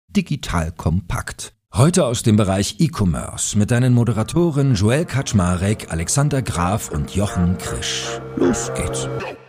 Digital Kompakt. Heute aus dem Bereich E-Commerce mit deinen Moderatoren Joel Kaczmarek, Alexander Graf und Jochen Krisch. Los geht's.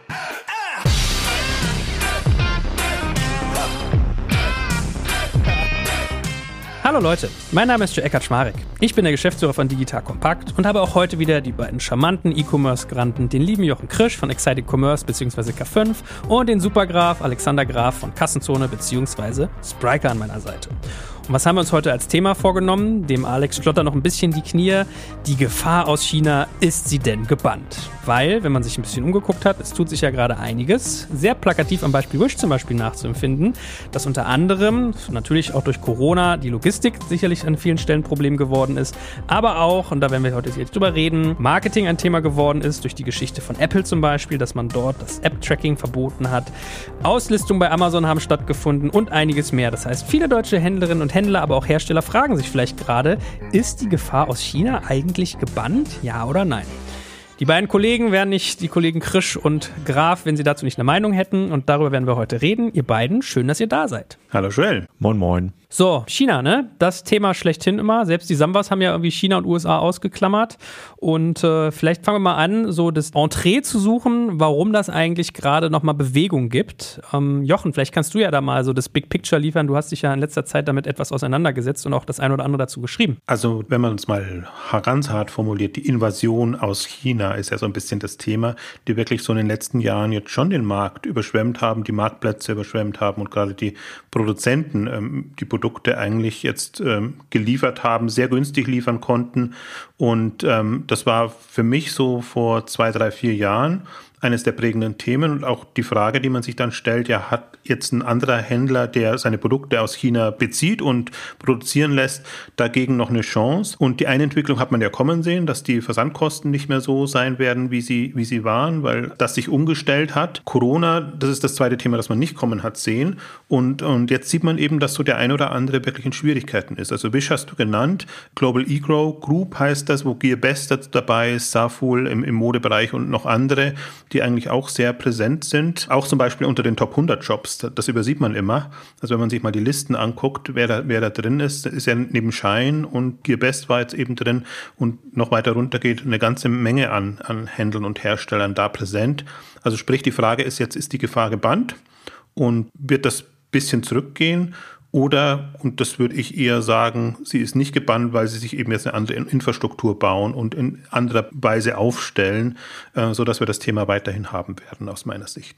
Hallo Leute, mein Name ist Joel Kaczmarek. Ich bin der Geschäftsführer von Digital Kompakt und habe auch heute wieder die beiden charmanten E-Commerce-Granten, den lieben Jochen Krisch von Exciting Commerce bzw. K5 und den Supergraf Alexander Graf von Kassenzone bzw. Spryker an meiner Seite. Und was haben wir uns heute als Thema vorgenommen? Dem Alex schlottern noch ein bisschen die Knie. Die Gefahr aus China, ist sie denn gebannt? Weil, wenn man sich ein bisschen umgeguckt hat, es tut sich ja gerade einiges, sehr plakativ am Beispiel Wish zum Beispiel nachzuempfinden, dass unter anderem, natürlich auch durch Corona, die Logistik sicherlich an vielen Stellen ein Problem geworden ist, aber auch, und da werden wir heute jetzt drüber reden, Marketing ein Thema geworden ist, durch die Geschichte von Apple zum Beispiel, dass man dort das App-Tracking verboten hat. Auslistungen bei Amazon haben stattgefunden und einiges mehr. Das heißt, viele deutsche Händlerinnen und Händler, aber auch Hersteller fragen sich vielleicht gerade, ist die Gefahr aus China eigentlich gebannt? Ja oder nein? Die beiden Kollegen wären nicht die Kollegen Krisch und Graf, wenn sie dazu nicht eine Meinung hätten. Und darüber werden wir heute reden. Ihr beiden, schön, dass ihr da seid. Hallo Joel. Moin, moin. So, China, ne? Das Thema schlechthin immer. Selbst die Sambas haben ja irgendwie China und USA ausgeklammert. Und vielleicht fangen wir mal an, so das Entree zu suchen, warum das eigentlich gerade nochmal Bewegung gibt. Jochen, vielleicht kannst du ja da mal so das Big Picture liefern. Du hast dich ja in letzter Zeit damit etwas auseinandergesetzt und auch das ein oder andere dazu geschrieben. Also, wenn man es mal ganz hart formuliert, die Invasion aus China ist ja so ein bisschen das Thema, die wirklich so in den letzten Jahren jetzt schon den Markt überschwemmt haben, die Marktplätze überschwemmt haben und gerade die Produzenten die Produkte eigentlich jetzt geliefert haben, sehr günstig liefern konnten. Und das war für mich so vor 2, 3, 4 Jahren eines der prägenden Themen und auch die Frage, die man sich dann stellt, ja, hat jetzt ein anderer Händler, der seine Produkte aus China bezieht und produzieren lässt, dagegen noch eine Chance? Und die eine Entwicklung hat man ja kommen sehen, dass die Versandkosten nicht mehr so sein werden, wie sie waren, weil das sich umgestellt hat. Corona, das ist das zweite Thema, das man nicht kommen hat sehen. Und jetzt sieht man eben, dass so der ein oder andere wirklich in Schwierigkeiten ist. Also Wish hast du genannt, Global eGrow Group heißt das, wo GearBest dabei ist, Saful im Modebereich und noch andere, die eigentlich auch sehr präsent sind. Auch zum Beispiel unter den Top 100 Jobs. Das übersieht man immer. Also wenn man sich mal die Listen anguckt, wer da drin ist ja neben Shine und GearBest war jetzt eben drin und noch weiter runter geht eine ganze Menge an Händlern und Herstellern da präsent. Also sprich, die Frage ist jetzt, ist die Gefahr gebannt und wird das bisschen zurückgehen? Oder, und das würde ich eher sagen, sie ist nicht gebannt, weil sie sich eben jetzt eine andere Infrastruktur bauen und in anderer Weise aufstellen, sodass wir das Thema weiterhin haben werden, aus meiner Sicht.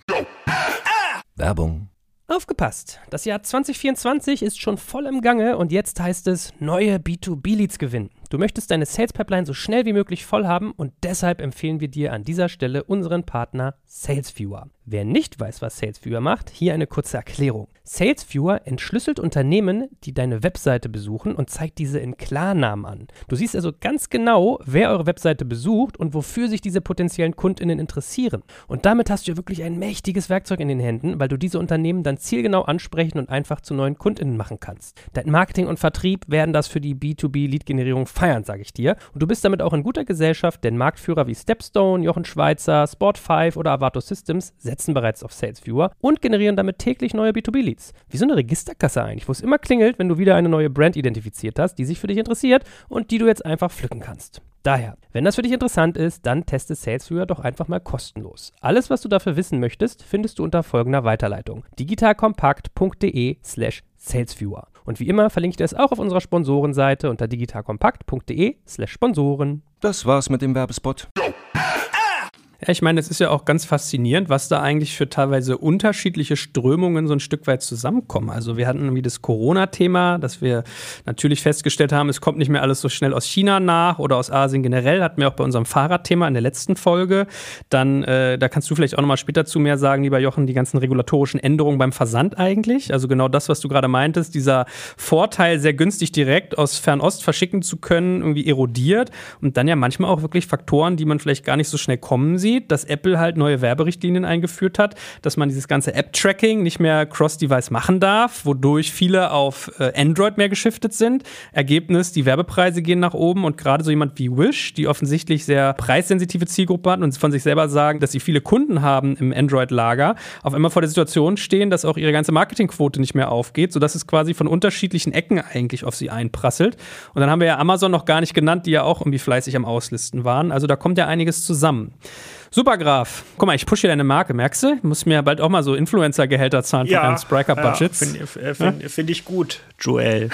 Werbung. Aufgepasst! Das Jahr 2024 ist schon voll im Gange und jetzt heißt es, neue B2B-Leads gewinnen. Du möchtest deine Sales-Pipeline so schnell wie möglich voll haben und deshalb empfehlen wir dir an dieser Stelle unseren Partner SalesViewer. Wer nicht weiß, was SalesViewer macht, hier eine kurze Erklärung. SalesViewer entschlüsselt Unternehmen, die deine Webseite besuchen und zeigt diese in Klarnamen an. Du siehst also ganz genau, wer eure Webseite besucht und wofür sich diese potenziellen KundInnen interessieren. Und damit hast du ja wirklich ein mächtiges Werkzeug in den Händen, weil du diese Unternehmen dann zielgenau ansprechen und einfach zu neuen KundInnen machen kannst. Dein Marketing und Vertrieb werden das für die B2B-Lead-Generierung feiern, sage ich dir. Und du bist damit auch in guter Gesellschaft, denn Marktführer wie Stepstone, Jochen Schweizer, Sport5 oder Avato Systems setzen bereits auf SalesViewer und generieren damit täglich neue B2B-Leads. Wie so eine Registerkasse eigentlich, wo es immer klingelt, wenn du wieder eine neue Brand identifiziert hast, die sich für dich interessiert und die du jetzt einfach pflücken kannst. Daher, wenn das für dich interessant ist, dann teste SalesViewer doch einfach mal kostenlos. Alles, was du dafür wissen möchtest, findest du unter folgender Weiterleitung: digitalkompakt.de/SalesViewer. Und wie immer verlinke ich dir es auch auf unserer Sponsorenseite unter digitalkompakt.de/Sponsoren. Das war's mit dem Werbespot. Ja, ich meine, es ist ja auch ganz faszinierend, was da eigentlich für teilweise unterschiedliche Strömungen so ein Stück weit zusammenkommen. Also wir hatten irgendwie das Corona-Thema, dass wir natürlich festgestellt haben, es kommt nicht mehr alles so schnell aus China nach oder aus Asien generell, hatten wir auch bei unserem Fahrradthema in der letzten Folge. Dann, da kannst du vielleicht auch nochmal später zu mehr sagen, lieber Jochen, die ganzen regulatorischen Änderungen beim Versand eigentlich. Also genau das, was du gerade meintest, dieser Vorteil, sehr günstig direkt aus Fernost verschicken zu können, irgendwie erodiert. Und dann ja manchmal auch wirklich Faktoren, die man vielleicht gar nicht so schnell kommen sieht. angeht, dass Apple halt neue Werberichtlinien eingeführt hat, dass man dieses ganze App-Tracking nicht mehr cross-device machen darf, wodurch viele auf Android mehr geschiftet sind. Ergebnis, die Werbepreise gehen nach oben und gerade so jemand wie Wish, die offensichtlich sehr preissensitive Zielgruppe hat und von sich selber sagen, dass sie viele Kunden haben im Android-Lager, auf einmal vor der Situation stehen, dass auch ihre ganze Marketingquote nicht mehr aufgeht, sodass es quasi von unterschiedlichen Ecken eigentlich auf sie einprasselt. Und dann haben wir ja Amazon noch gar nicht genannt, die ja auch irgendwie fleißig am Auslisten waren. Also da kommt ja einiges zusammen. Super, Graf. Guck mal, ich pushe hier deine Marke, merkst du? Ich muss mir bald auch mal so Influencer-Gehälter zahlen von deinen Spriker-Budgets. Ja, find ich gut, Joel.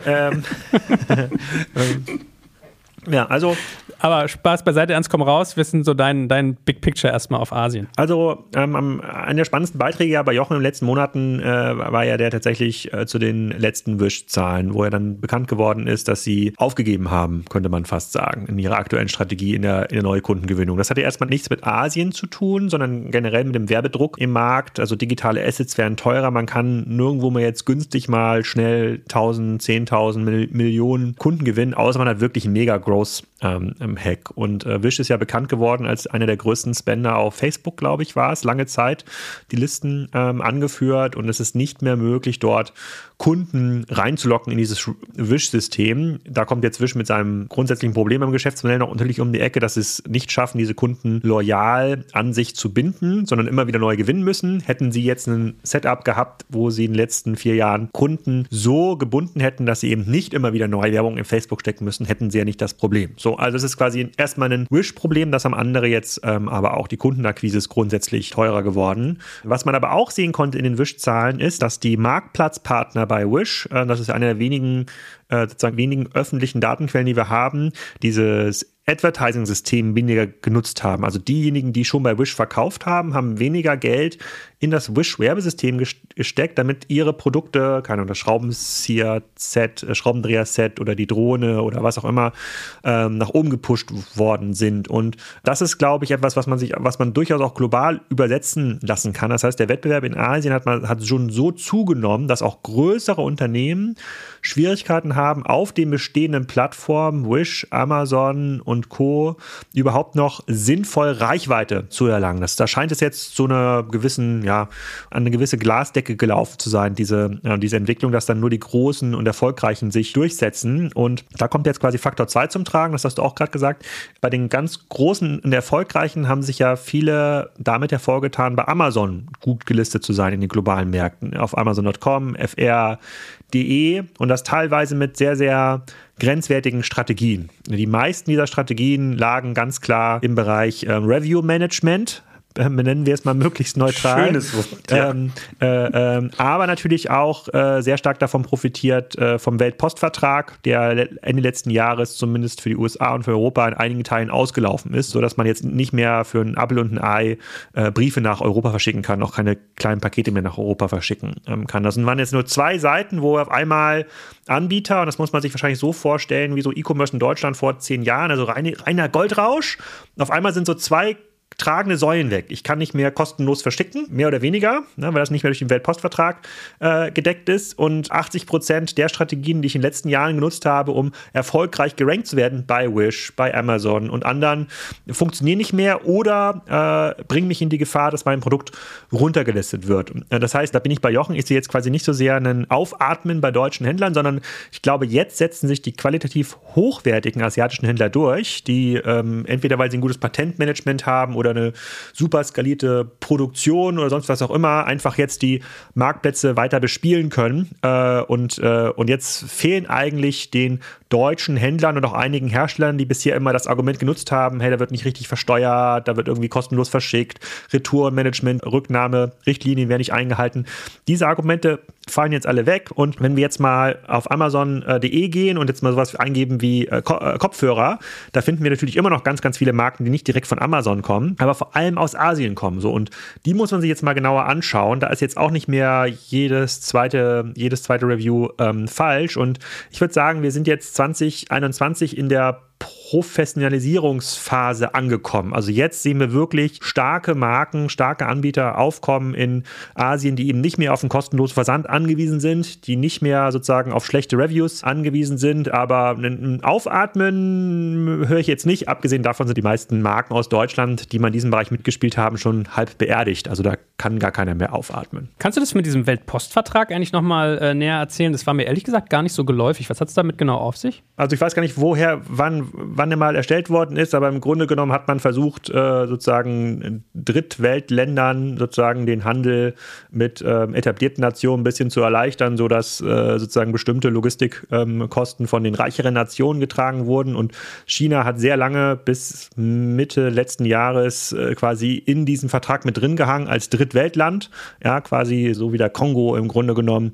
Ja, also. Aber Spaß beiseite, ernst komm raus. Wir sind so dein Big Picture erstmal auf Asien. Also, einer der spannendsten Beiträge ja bei Jochen in den letzten Monaten war ja der tatsächlich zu den letzten Wish-Zahlen, wo ja dann bekannt geworden ist, dass sie aufgegeben haben, könnte man fast sagen, in ihrer aktuellen Strategie in der Neukundengewinnung. Das hatte erstmal nichts mit Asien zu tun, sondern generell mit dem Werbedruck im Markt. Also digitale Assets werden teurer. Man kann nirgendwo mehr jetzt günstig mal schnell 1000, 10.000 Millionen Kunden gewinnen, außer man hat wirklich einen Mega-Growth-Hack. Und Wish ist ja bekannt geworden als einer der größten Spender auf Facebook, glaube ich, war es lange Zeit, die Listen angeführt. Und es ist nicht mehr möglich, dort Kunden reinzulocken in dieses Wish-System. Da kommt jetzt Wish mit seinem grundsätzlichen Problem im Geschäftsmodell noch natürlich um die Ecke, dass sie es nicht schaffen, diese Kunden loyal an sich zu binden, sondern immer wieder neu gewinnen müssen. Hätten sie jetzt ein Setup gehabt, wo sie in den letzten 4 Jahren Kunden so gebunden hätten, dass sie eben nicht immer wieder neue Werbung in Facebook stecken müssen, hätten sie ja nicht das Problem. So, also es ist quasi erstmal ein Wish-Problem, das haben andere jetzt, aber auch die Kundenakquise ist grundsätzlich teurer geworden. Was man aber auch sehen konnte in den Wish-Zahlen ist, dass die Marktplatzpartner bei Wish, das ist eine der wenigen öffentlichen Datenquellen, die wir haben, dieses Advertising-System weniger genutzt haben. Also diejenigen, die schon bei Wish verkauft haben, haben weniger Geld in das Wish-Werbesystem gesteckt, damit ihre Produkte, keine Ahnung, das Schraubendreher-Set oder die Drohne oder was auch immer, nach oben gepusht worden sind. Und das ist, glaube ich, etwas, was man durchaus auch global übersetzen lassen kann. Das heißt, der Wettbewerb in Asien hat schon so zugenommen, dass auch größere Unternehmen Schwierigkeiten haben, auf den bestehenden Plattformen Wish, Amazon und Co. überhaupt noch sinnvoll Reichweite zu erlangen. Da scheint es jetzt zu einer gewissen, an eine gewisse Glasdecke gelaufen zu sein, diese Entwicklung, dass dann nur die Großen und Erfolgreichen sich durchsetzen. Und da kommt jetzt quasi Faktor 2 zum Tragen, das hast du auch gerade gesagt. Bei den ganz Großen und Erfolgreichen haben sich ja viele damit hervorgetan, bei Amazon gut gelistet zu sein in den globalen Märkten. Auf Amazon.com, fr.de und das teilweise mit sehr, sehr grenzwertigen Strategien. Die meisten dieser Strategien lagen ganz klar im Bereich Review Management. Benennen wir es mal möglichst neutral. Schönes Wort, ja. Aber natürlich auch sehr stark davon profitiert vom Weltpostvertrag, der Ende letzten Jahres zumindest für die USA und für Europa in einigen Teilen ausgelaufen ist, sodass man jetzt nicht mehr für ein Apfel und ein Ei Briefe nach Europa verschicken kann, auch keine kleinen Pakete mehr nach Europa verschicken kann. Das waren jetzt nur 2 Seiten, wo auf einmal Anbieter, und das muss man sich wahrscheinlich so vorstellen, wie so E-Commerce in Deutschland vor 10 Jahren, also reiner Goldrausch. Auf einmal sind so 2 tragende Säulen weg. Ich kann nicht mehr kostenlos verschicken, mehr oder weniger, weil das nicht mehr durch den Weltpostvertrag gedeckt ist. Und 80% der Strategien, die ich in den letzten Jahren genutzt habe, um erfolgreich gerankt zu werden bei Wish, bei Amazon und anderen, funktionieren nicht mehr oder bringen mich in die Gefahr, dass mein Produkt runtergelistet wird. Das heißt, da bin ich bei Jochen. Ich sehe jetzt quasi nicht so sehr einen Aufatmen bei deutschen Händlern, sondern ich glaube, jetzt setzen sich die qualitativ hochwertigen asiatischen Händler durch, die entweder, weil sie ein gutes Patentmanagement haben oder eine super skalierte Produktion oder sonst was auch immer, einfach jetzt die Marktplätze weiter bespielen können. Und jetzt fehlen eigentlich den deutschen Händlern und auch einigen Herstellern, die bisher immer das Argument genutzt haben, hey, da wird nicht richtig versteuert, da wird irgendwie kostenlos verschickt, Retourenmanagement, Rücknahme, Richtlinien werden nicht eingehalten. Diese Argumente fallen jetzt alle weg. Und wenn wir jetzt mal auf Amazon.de gehen und jetzt mal sowas eingeben wie Kopfhörer, da finden wir natürlich immer noch ganz, ganz viele Marken, die nicht direkt von Amazon kommen, aber vor allem aus Asien kommen. So. Und die muss man sich jetzt mal genauer anschauen. Da ist jetzt auch nicht mehr jedes zweite Review falsch. Und ich würde sagen, wir sind jetzt 2021 in der Professionalisierungsphase angekommen. Also jetzt sehen wir wirklich starke Marken, starke Anbieter aufkommen in Asien, die eben nicht mehr auf einen kostenlosen Versand angewiesen sind, die nicht mehr sozusagen auf schlechte Reviews angewiesen sind, aber ein Aufatmen höre ich jetzt nicht. Abgesehen davon sind die meisten Marken aus Deutschland, die mal in diesem Bereich mitgespielt haben, schon halb beerdigt. Also da kann gar keiner mehr aufatmen. Kannst du das mit diesem Weltpostvertrag eigentlich nochmal näher erzählen? Das war mir ehrlich gesagt gar nicht so geläufig. Was hat es damit genau auf sich? Also ich weiß gar nicht, wann er mal erstellt worden ist, aber im Grunde genommen hat man versucht, sozusagen Drittweltländern sozusagen den Handel mit etablierten Nationen ein bisschen zu erleichtern, sodass sozusagen bestimmte Logistikkosten von den reicheren Nationen getragen wurden. Und China hat sehr lange bis Mitte letzten Jahres quasi in diesem Vertrag mit drin gehangen als Drittweltland, ja, quasi so wie der Kongo im Grunde genommen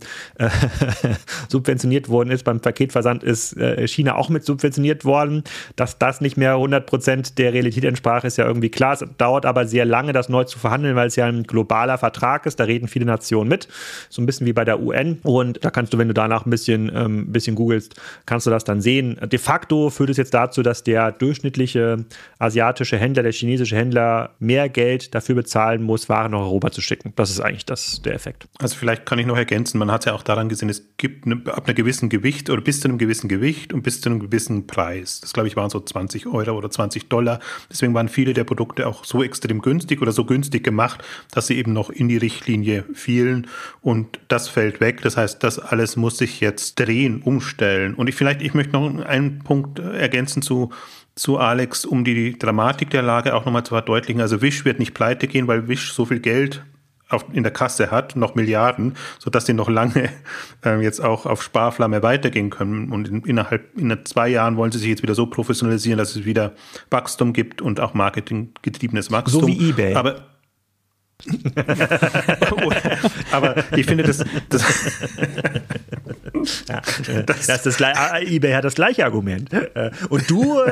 subventioniert worden ist. Beim Paketversand ist China auch mit subventioniert worden. Dass das nicht mehr 100% der Realität entsprach, ist ja irgendwie klar. Es dauert aber sehr lange, das neu zu verhandeln, weil es ja ein globaler Vertrag ist. Da reden viele Nationen mit. So ein bisschen wie bei der UN. Und da kannst du, wenn du danach ein bisschen googelst, kannst du das dann sehen. De facto führt es jetzt dazu, dass der durchschnittliche asiatische Händler, der chinesische Händler mehr Geld dafür bezahlen muss, Waren nach Europa zu schicken. Das ist eigentlich der Effekt. Also vielleicht kann ich noch ergänzen, man hat es ja auch daran gesehen, es gibt ab einem gewissen Gewicht oder bis zu einem gewissen Gewicht und bis zu einem gewissen Preis. Das, glaube ich, waren so 20 € oder $20. Deswegen waren viele der Produkte auch so extrem günstig oder so günstig gemacht, dass sie eben noch in die Richtlinie fielen und das fällt weg. Das heißt, das alles muss sich jetzt drehen, umstellen. Und ich möchte noch einen Punkt ergänzen zu Alex, um die Dramatik der Lage auch nochmal zu verdeutlichen. Also Wish wird nicht pleite gehen, weil Wish so viel Geld in der Kasse hat, noch Milliarden, sodass die noch lange jetzt auch auf Sparflamme weitergehen können. Und in 2 Jahren wollen sie sich jetzt wieder so professionalisieren, dass es wieder Wachstum gibt und auch marketinggetriebenes Wachstum. So wie eBay. Aber ich finde, eBay hat das gleiche Argument. Und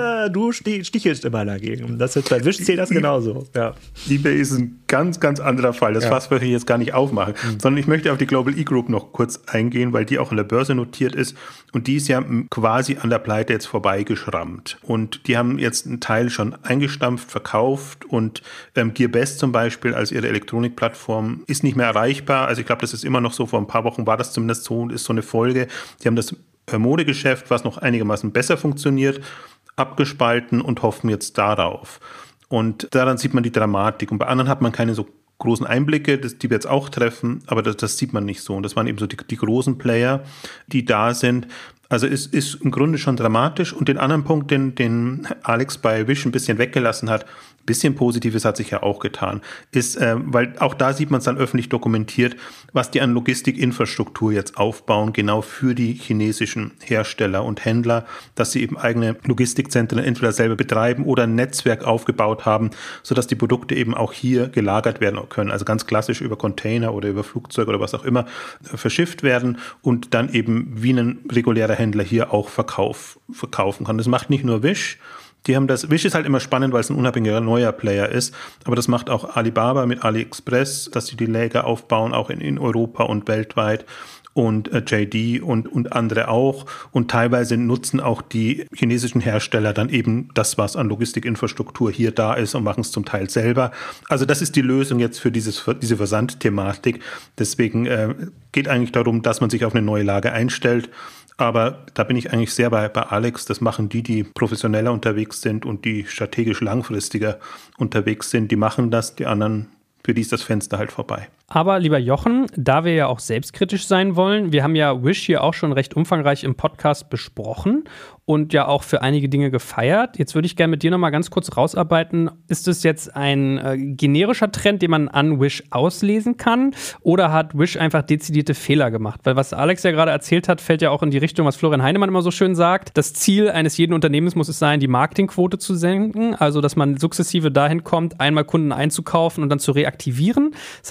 du stichelst immer dagegen. Das jetzt bei Wish zählt das genauso. Ja. eBay ist ein ganz, ganz anderer Fall. Das Fass möchte ich jetzt gar nicht aufmachen. Sondern ich möchte auf die Global E-Group noch kurz eingehen, weil die auch an der Börse notiert ist. Und die ist ja quasi an der Pleite jetzt vorbeigeschrammt. Und die haben jetzt einen Teil schon eingestampft, verkauft. Und Gearbest zum Beispiel als ihre Elektronikplattform ist nicht mehr erreichbar. Also ich glaube, das ist immer noch so, vor ein paar Wochen war das zumindest so und ist so eine Folge. Die haben das Modegeschäft, was noch einigermaßen besser funktioniert, abgespalten und hoffen jetzt darauf. Und daran sieht man die Dramatik. Und bei anderen hat man keine so großen Einblicke, die wir jetzt auch treffen, aber das sieht man nicht so. Und das waren eben so die großen Player, die da sind. Also es ist im Grunde schon dramatisch. Und den anderen Punkt, den Alex bei Wish ein bisschen weggelassen hat, ein bisschen Positives hat sich ja auch getan, ist, weil auch da sieht man es dann öffentlich dokumentiert, was die an Logistikinfrastruktur jetzt aufbauen, genau für die chinesischen Hersteller und Händler, dass sie eben eigene Logistikzentren entweder selber betreiben oder ein Netzwerk aufgebaut haben, sodass die Produkte eben auch hier gelagert werden können. Also ganz klassisch über Container oder über Flugzeug oder was auch immer verschifft werden und dann eben wie ein regulärer Händler hier auch verkaufen kann. Das macht nicht nur Wish. Wish ist halt immer spannend, weil es ein unabhängiger neuer Player ist, aber das macht auch Alibaba mit AliExpress, dass sie die Lager aufbauen, auch in Europa und weltweit. Und JD und andere auch. Und teilweise nutzen auch die chinesischen Hersteller dann eben das, was an Logistikinfrastruktur hier da ist und machen es zum Teil selber. Also das ist die Lösung jetzt für diese Versandthematik. Deswegen geht eigentlich darum, dass man sich auf eine neue Lage einstellt. Aber da bin ich eigentlich sehr bei Alex. Das machen die professioneller unterwegs sind und die strategisch langfristiger unterwegs sind. Die machen das, die anderen, für die ist das Fenster halt vorbei. Aber lieber Jochen, da wir ja auch selbstkritisch sein wollen, wir haben ja Wish hier auch schon recht umfangreich im Podcast besprochen und ja auch für einige Dinge gefeiert. Jetzt würde ich gerne mit dir nochmal ganz kurz rausarbeiten, ist es jetzt ein generischer Trend, den man an Wish auslesen kann, oder hat Wish einfach dezidierte Fehler gemacht? Weil was Alex ja gerade erzählt hat, fällt ja auch in die Richtung, was Florian Heinemann immer so schön sagt. Das Ziel eines jeden Unternehmens muss es sein, die Marketingquote zu senken, also dass man sukzessive dahin kommt, einmal Kunden einzukaufen und dann zu reaktivieren. Das heißt, ist das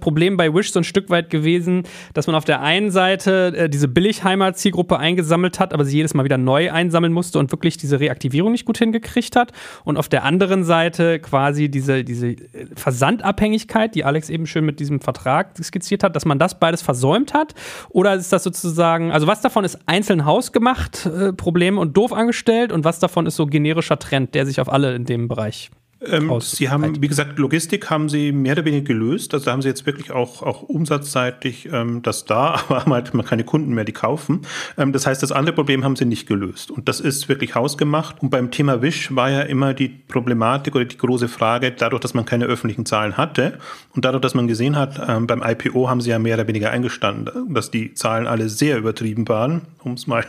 Problem bei Wish so ein Stück weit gewesen, dass man auf der einen Seite diese Billigheimer-Zielgruppe eingesammelt hat, aber sie jedes Mal wieder neu einsammeln musste und wirklich diese Reaktivierung nicht gut hingekriegt hat. Und auf der anderen Seite quasi diese Versandabhängigkeit, die Alex eben schön mit diesem Vertrag skizziert hat, dass man das beides versäumt hat? Oder ist das sozusagen, also was davon ist einzeln hausgemacht, Probleme und doof angestellt und was davon ist so generischer Trend, der sich auf alle in dem Bereich Sie haben, wie gesagt, Logistik haben sie mehr oder weniger gelöst. Also da haben sie jetzt wirklich auch umsatzseitig das da, aber haben halt keine Kunden mehr, die kaufen. Das heißt, das andere Problem haben sie nicht gelöst. Und das ist wirklich hausgemacht. Und beim Thema Wish war ja immer die Problematik oder die große Frage, dadurch, dass man keine öffentlichen Zahlen hatte und dadurch, dass man gesehen hat, beim IPO haben sie ja mehr oder weniger eingestanden, dass die Zahlen alle sehr übertrieben waren, um es mal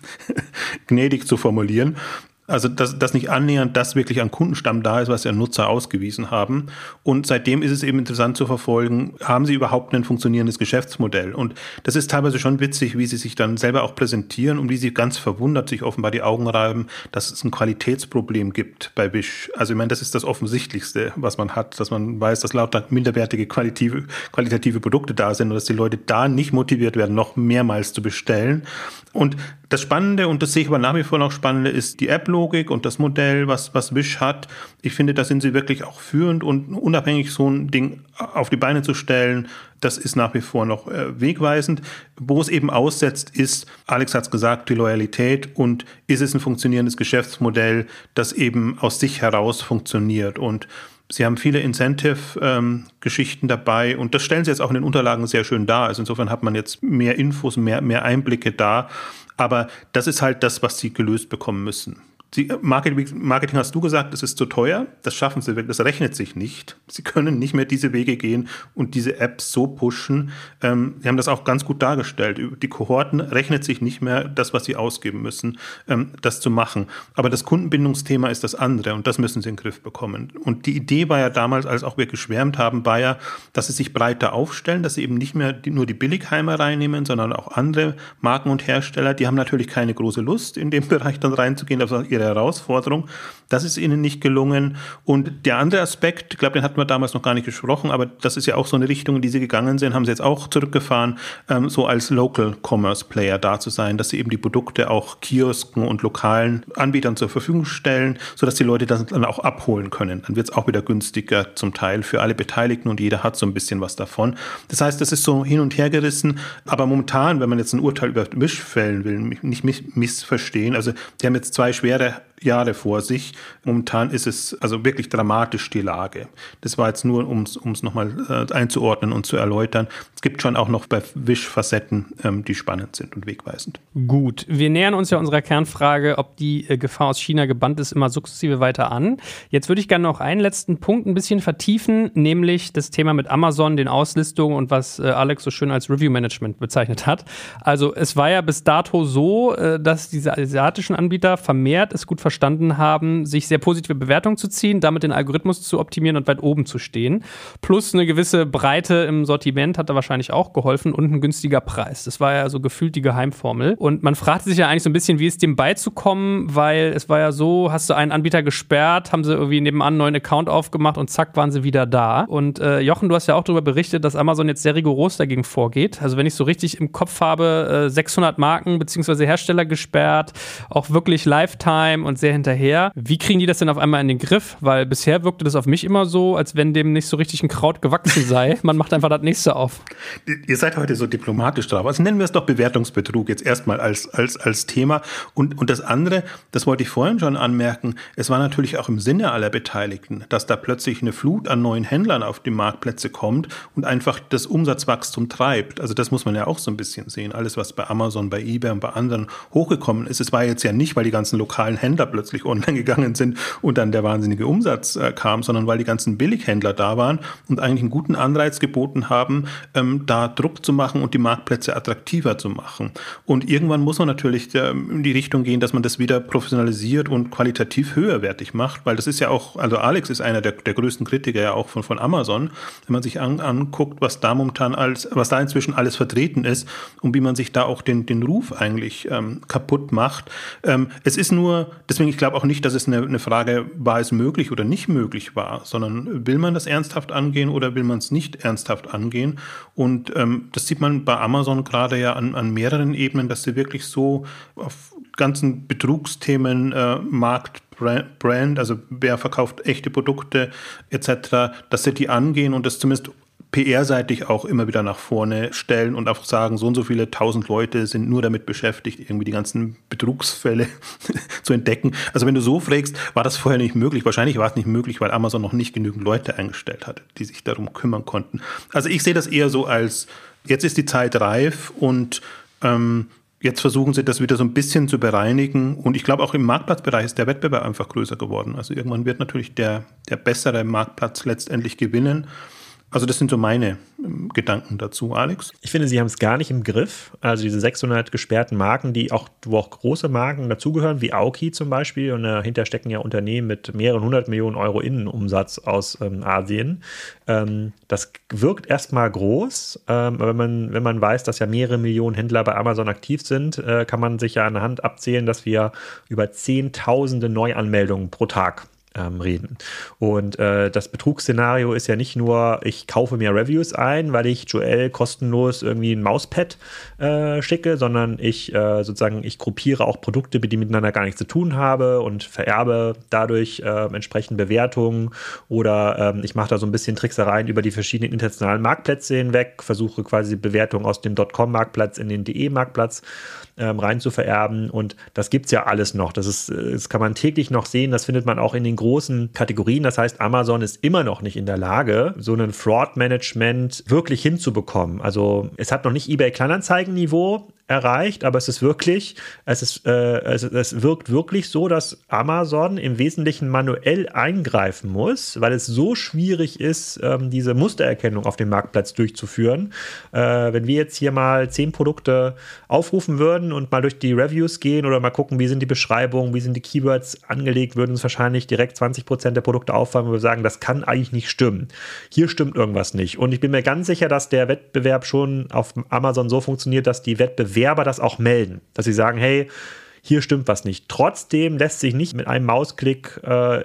gnädig zu formulieren. Also, dass nicht annähernd das wirklich an Kundenstamm da ist, was ja Nutzer ausgewiesen haben. Und seitdem ist es eben interessant zu verfolgen, haben sie überhaupt ein funktionierendes Geschäftsmodell? Und das ist teilweise schon witzig, wie sie sich dann selber auch präsentieren und wie sie ganz verwundert sich offenbar die Augen reiben, dass es ein Qualitätsproblem gibt bei Wish. Also, ich meine, das ist das Offensichtlichste, was man hat, dass man weiß, dass lauter minderwertige qualitative Produkte da sind und dass die Leute da nicht motiviert werden, noch mehrmals zu bestellen. Und das Spannende, und das sehe ich aber nach wie vor noch Spannende, ist die App-Logik und das Modell, was Wish hat. Ich finde, da sind sie wirklich auch führend und unabhängig so ein Ding auf die Beine zu stellen, das ist nach wie vor noch wegweisend. Wo es eben aussetzt, ist, Alex hat es gesagt, die Loyalität und ist es ein funktionierendes Geschäftsmodell, das eben aus sich heraus funktioniert. Und sie haben viele Incentive-Geschichten dabei und das stellen sie jetzt auch in den Unterlagen sehr schön dar. Also insofern hat man jetzt mehr Infos, mehr Einblicke da. Aber das ist halt das, was sie gelöst bekommen müssen. Marketing hast du gesagt, es ist zu teuer. Das schaffen sie wirklich, das rechnet sich nicht. Sie können nicht mehr diese Wege gehen und diese Apps so pushen. Sie haben das auch ganz gut dargestellt. Die Kohorten rechnet sich nicht mehr das, was sie ausgeben müssen, das zu machen. Aber das Kundenbindungsthema ist das andere und das müssen sie in den Griff bekommen. Und die Idee war ja damals, als auch wir geschwärmt haben, war ja, dass sie sich breiter aufstellen, dass sie eben nicht mehr nur die Billigheimer reinnehmen, sondern auch andere Marken und Hersteller. Die haben natürlich keine große Lust, in den Bereich dann reinzugehen, das war ihre Herausforderung. Das ist ihnen nicht gelungen. Und der andere Aspekt, ich glaube, den hatten wir damals noch gar nicht gesprochen, aber das ist ja auch so eine Richtung, in die sie gegangen sind, haben sie jetzt auch zurückgefahren, so als Local Commerce Player da zu sein, dass sie eben die Produkte auch Kiosken und lokalen Anbietern zur Verfügung stellen, sodass die Leute das dann auch abholen können. Dann wird es auch wieder günstiger zum Teil für alle Beteiligten und jeder hat so ein bisschen was davon. Das heißt, das ist so hin und her gerissen, aber momentan, wenn man jetzt ein Urteil über Wish fällen will, nicht missverstehen, also die haben jetzt 2 schwere Jahre vor sich. Momentan ist es also wirklich dramatisch, die Lage. Das war jetzt nur, um es nochmal einzuordnen und zu erläutern. Es gibt schon auch noch bei Wish Facetten, die spannend sind und wegweisend. Gut, wir nähern uns ja unserer Kernfrage, ob die Gefahr aus China gebannt ist, immer sukzessive weiter an. Jetzt würde ich gerne noch einen letzten Punkt ein bisschen vertiefen, nämlich das Thema mit Amazon, den Auslistungen und was Alex so schön als Review-Management bezeichnet hat. Also es war ja bis dato so, dass diese asiatischen Anbieter vermehrt es gut verstanden haben, sich sehr positive Bewertungen zu ziehen, damit den Algorithmus zu optimieren und weit oben zu stehen. Plus eine gewisse Breite im Sortiment hat da wahrscheinlich auch geholfen und ein günstiger Preis. Das war ja so gefühlt die Geheimformel. Und man fragte sich ja eigentlich so ein bisschen, wie ist dem beizukommen, weil es war ja so, hast du einen Anbieter gesperrt, haben sie irgendwie nebenan einen neuen Account aufgemacht und zack, waren sie wieder da. Und Jochen, du hast ja auch darüber berichtet, dass Amazon jetzt sehr rigoros dagegen vorgeht. Also wenn ich so richtig im Kopf habe, 600 Marken bzw. Hersteller gesperrt, auch wirklich Lifetime und sehr hinterher. Wie kriegen die das denn auf einmal in den Griff? Weil bisher wirkte das auf mich immer so, als wenn dem nicht so richtig ein Kraut gewachsen sei. Man macht einfach das nächste auf. Ihr seid heute so diplomatisch drauf. Also nennen wir es doch Bewertungsbetrug jetzt erstmal als Thema. Und das andere, das wollte ich vorhin schon anmerken, es war natürlich auch im Sinne aller Beteiligten, dass da plötzlich eine Flut an neuen Händlern auf die Marktplätze kommt und einfach das Umsatzwachstum treibt. Also das muss man ja auch so ein bisschen sehen. Alles, was bei Amazon, bei eBay und bei anderen hochgekommen ist, es war jetzt ja nicht, weil die ganzen lokalen Händler plötzlich online gegangen sind und dann der wahnsinnige Umsatz kam, sondern weil die ganzen Billighändler da waren und eigentlich einen guten Anreiz geboten haben, da Druck zu machen und die Marktplätze attraktiver zu machen. Und irgendwann muss man natürlich in die Richtung gehen, dass man das wieder professionalisiert und qualitativ höherwertig macht, weil das ist ja auch, also Alex ist einer der größten Kritiker ja auch von Amazon, wenn man sich anguckt, was da momentan was da inzwischen alles vertreten ist und wie man sich da auch den Ruf eigentlich kaputt macht. Es ist nur, Deswegen, ich glaube auch nicht, dass es eine Frage, war es möglich oder nicht möglich war, sondern will man das ernsthaft angehen oder will man es nicht ernsthaft angehen? Und das sieht man bei Amazon gerade ja an mehreren Ebenen, dass sie wirklich so auf ganzen Betrugsthemen, Marktbrand, also wer verkauft echte Produkte etc., dass sie die angehen und das zumindest PR-seitig auch immer wieder nach vorne stellen und auch sagen, so und so viele 1000 Leute sind nur damit beschäftigt, irgendwie die ganzen Betrugsfälle zu entdecken. Also wenn du so fragst, war das vorher nicht möglich? Wahrscheinlich war es nicht möglich, weil Amazon noch nicht genügend Leute eingestellt hatte, die sich darum kümmern konnten. Also ich sehe das eher so als, jetzt ist die Zeit reif und jetzt versuchen sie das wieder so ein bisschen zu bereinigen. Und ich glaube, auch im Marktplatzbereich ist der Wettbewerb einfach größer geworden. Also irgendwann wird natürlich der bessere Marktplatz letztendlich gewinnen. Also das sind so meine Gedanken dazu, Alex. Ich finde, sie haben es gar nicht im Griff. Also diese 600 gesperrten Marken, wo auch große Marken dazugehören, wie Aoki zum Beispiel. Und dahinter stecken ja Unternehmen mit mehreren 100 Millionen Euro Innenumsatz aus Asien. Das wirkt erstmal groß. Aber wenn man weiß, dass ja mehrere Millionen Händler bei Amazon aktiv sind, kann man sich ja an der Hand abzählen, dass wir über Zehntausende Neuanmeldungen pro Tag reden. Und das Betrugsszenario ist ja nicht nur, ich kaufe mir Reviews ein, weil ich Joel kostenlos irgendwie ein Mauspad schicke, sondern ich gruppiere auch Produkte, die miteinander gar nichts zu tun haben und vererbe dadurch entsprechend Bewertungen oder ich mache da so ein bisschen Tricksereien über die verschiedenen internationalen Marktplätze hinweg, versuche quasi Bewertungen aus dem .com-Marktplatz in den .de-Marktplatz rein zu vererben und das gibt es ja alles noch. Das kann man täglich noch sehen, das findet man auch in den großen Kategorien. Das heißt, Amazon ist immer noch nicht in der Lage, so ein Fraud-Management wirklich hinzubekommen. Also es hat noch nicht eBay-Kleinanzeigen-Niveau erreicht, aber es wirkt wirklich so, dass Amazon im Wesentlichen manuell eingreifen muss, weil es so schwierig ist, diese Mustererkennung auf dem Marktplatz durchzuführen. Wenn wir jetzt hier mal 10 Produkte aufrufen würden und mal durch die Reviews gehen oder mal gucken, wie sind die Beschreibungen, wie sind die Keywords angelegt, würden uns wahrscheinlich direkt 20% der Produkte auffallen, wo wir sagen, das kann eigentlich nicht stimmen. Hier stimmt irgendwas nicht. Und ich bin mir ganz sicher, dass der Wettbewerb schon auf Amazon so funktioniert, dass die Wettbewerber das auch melden, dass sie sagen, hey, hier stimmt was nicht. Trotzdem lässt sich nicht mit einem Mausklick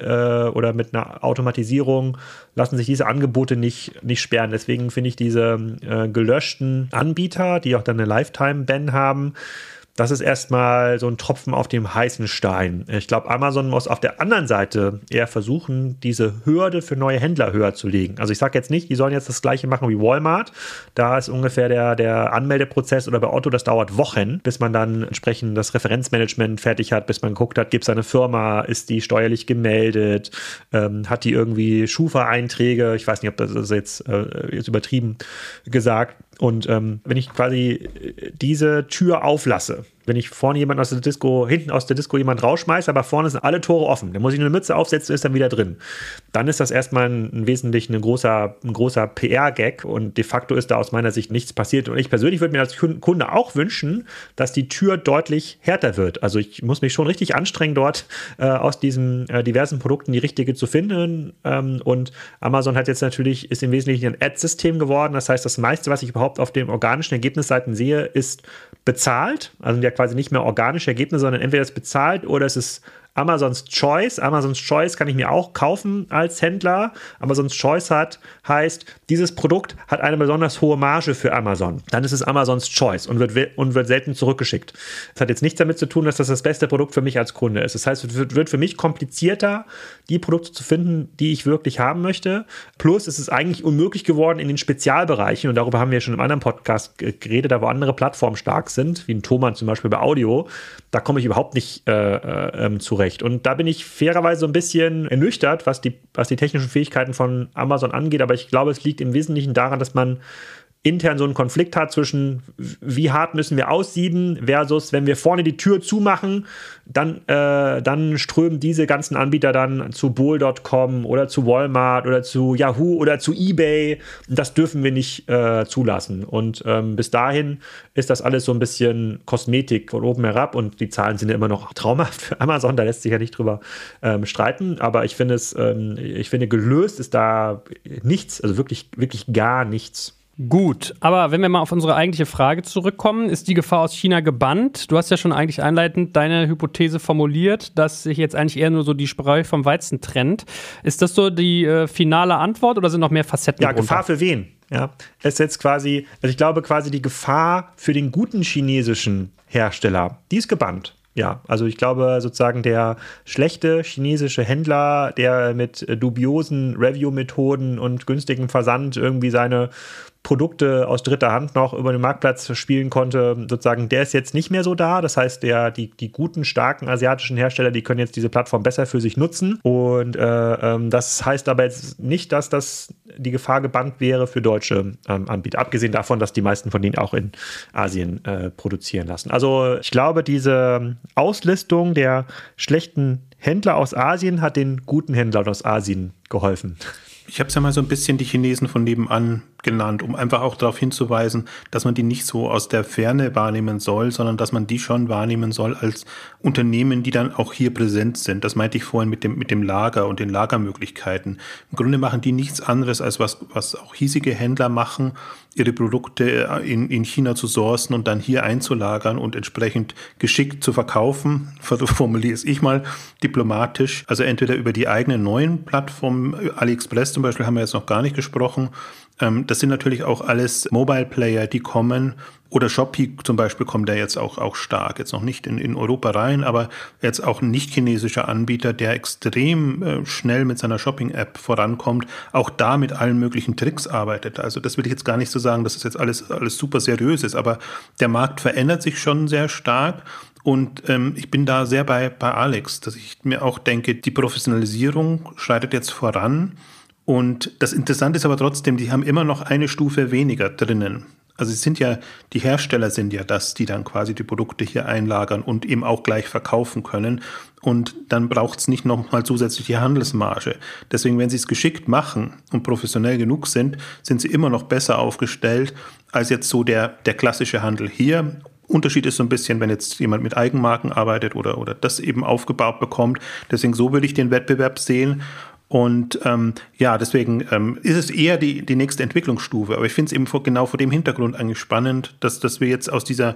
oder mit einer Automatisierung lassen sich diese Angebote nicht sperren. Deswegen finde ich diese gelöschten Anbieter, die auch dann eine Lifetime-Ban haben, das ist erstmal so ein Tropfen auf dem heißen Stein. Ich glaube, Amazon muss auf der anderen Seite eher versuchen, diese Hürde für neue Händler höher zu legen. Also ich sage jetzt nicht, die sollen jetzt das Gleiche machen wie Walmart. Da ist ungefähr der Anmeldeprozess oder bei Otto, das dauert Wochen, bis man dann entsprechend das Referenzmanagement fertig hat, bis man geguckt hat, gibt es eine Firma, ist die steuerlich gemeldet, hat die irgendwie Schufa-Einträge, ich weiß nicht, ob das ist jetzt übertrieben gesagt. Und wenn ich quasi diese Tür auflasse, wenn ich vorne jemanden aus der Disco, hinten aus der Disco jemand rausschmeiße, aber vorne sind alle Tore offen, dann muss ich eine Mütze aufsetzen, ist dann wieder drin. Dann ist das erstmal ein wesentlich ein großer PR-Gag und de facto ist da aus meiner Sicht nichts passiert. Und ich persönlich würde mir als Kunde auch wünschen, dass die Tür deutlich härter wird. Also ich muss mich schon richtig anstrengen, dort aus diesen diversen Produkten die richtige zu finden. Und Amazon ist im Wesentlichen ein Ad-System geworden. Das heißt, das meiste, was ich überhaupt auf den organischen Ergebnisseiten sehe, ist bezahlt. Also ja quasi nicht mehr organische Ergebnisse, sondern entweder ist bezahlt oder es ist Amazon's Choice. Amazon's Choice kann ich mir auch kaufen als Händler. Amazon's Choice heißt, dieses Produkt hat eine besonders hohe Marge für Amazon. Dann ist es Amazon's Choice und wird selten zurückgeschickt. Das hat jetzt nichts damit zu tun, dass das beste Produkt für mich als Kunde ist. Das heißt, es wird für mich komplizierter, die Produkte zu finden, die ich wirklich haben möchte. Plus es ist eigentlich unmöglich geworden in den Spezialbereichen, und darüber haben wir schon im anderen Podcast geredet, da wo andere Plattformen stark sind, wie ein Thomann zum Beispiel bei Audio, da komme ich überhaupt nicht zurecht. Und da bin ich fairerweise so ein bisschen ernüchtert, was die technischen Fähigkeiten von Amazon angeht. Aber ich glaube, es liegt im Wesentlichen daran, dass man intern so einen Konflikt hat zwischen, wie hart müssen wir aussieben versus, wenn wir vorne die Tür zumachen, dann strömen diese ganzen Anbieter dann zu Bol.com oder zu Walmart oder zu Yahoo oder zu eBay. Das dürfen wir nicht zulassen. Und bis dahin ist das alles so ein bisschen Kosmetik von oben herab und die Zahlen sind ja immer noch traumhaft für Amazon, da lässt sich ja nicht drüber streiten. Aber ich finde gelöst ist da nichts, also wirklich, wirklich gar nichts. Gut, aber wenn wir mal auf unsere eigentliche Frage zurückkommen, ist die Gefahr aus China gebannt? Du hast ja schon eigentlich einleitend deine Hypothese formuliert, dass sich jetzt eigentlich eher nur so die Spreu vom Weizen trennt. Ist das so die finale Antwort oder sind noch mehr Facetten Ja, drunter? Gefahr für wen? Ja, es ist jetzt quasi, also ich glaube quasi die Gefahr für den guten chinesischen Hersteller, die ist gebannt. Ja, also ich glaube sozusagen der schlechte chinesische Händler, der mit dubiosen Review-Methoden und günstigem Versand irgendwie seine Produkte aus dritter Hand noch über den Marktplatz spielen konnte, sozusagen, der ist jetzt nicht mehr so da. Das heißt, die guten, starken asiatischen Hersteller, die können jetzt diese Plattform besser für sich nutzen. Und das heißt aber jetzt nicht, dass das die Gefahr gebannt wäre für deutsche Anbieter. Abgesehen davon, dass die meisten von denen auch in Asien produzieren lassen. Also ich glaube, diese Auslistung der schlechten Händler aus Asien hat den guten Händlern aus Asien geholfen. Ich habe es ja mal so ein bisschen die Chinesen von nebenan genannt, um einfach auch darauf hinzuweisen, dass man die nicht so aus der Ferne wahrnehmen soll, sondern dass man die schon wahrnehmen soll als Unternehmen, die dann auch hier präsent sind. Das meinte ich vorhin mit dem Lager und den Lagermöglichkeiten. Im Grunde machen die nichts anderes, als was auch hiesige Händler machen, ihre Produkte in China zu sourcen und dann hier einzulagern und entsprechend geschickt zu verkaufen, formuliere es ich mal diplomatisch. Also entweder über die eigenen neuen Plattformen, AliExpress zum Beispiel haben wir jetzt noch gar nicht gesprochen. Das sind natürlich auch alles Mobile-Player, die kommen. Oder Shopee zum Beispiel kommt da jetzt auch stark. Jetzt noch nicht in Europa rein, aber jetzt auch ein nicht-chinesischer Anbieter, der extrem schnell mit seiner Shopping-App vorankommt, auch da mit allen möglichen Tricks arbeitet. Also das will ich jetzt gar nicht so sagen, dass es jetzt alles super seriös ist, aber der Markt verändert sich schon sehr stark. Und ich bin da sehr bei Alex, dass ich mir auch denke, die Professionalisierung schreitet jetzt voran. Und das Interessante ist aber trotzdem, die haben immer noch eine Stufe weniger drinnen. Also die Hersteller sind ja das, die dann quasi die Produkte hier einlagern und eben auch gleich verkaufen können. Und dann braucht es nicht nochmal zusätzliche Handelsmarge. Deswegen, wenn sie es geschickt machen und professionell genug sind sie immer noch besser aufgestellt als jetzt so der klassische Handel hier. Unterschied ist so ein bisschen, wenn jetzt jemand mit Eigenmarken arbeitet oder das eben aufgebaut bekommt. Deswegen so würde ich den Wettbewerb sehen. Und deswegen ist es eher die nächste Entwicklungsstufe. Aber ich finde es eben genau vor dem Hintergrund eigentlich spannend, dass wir jetzt aus dieser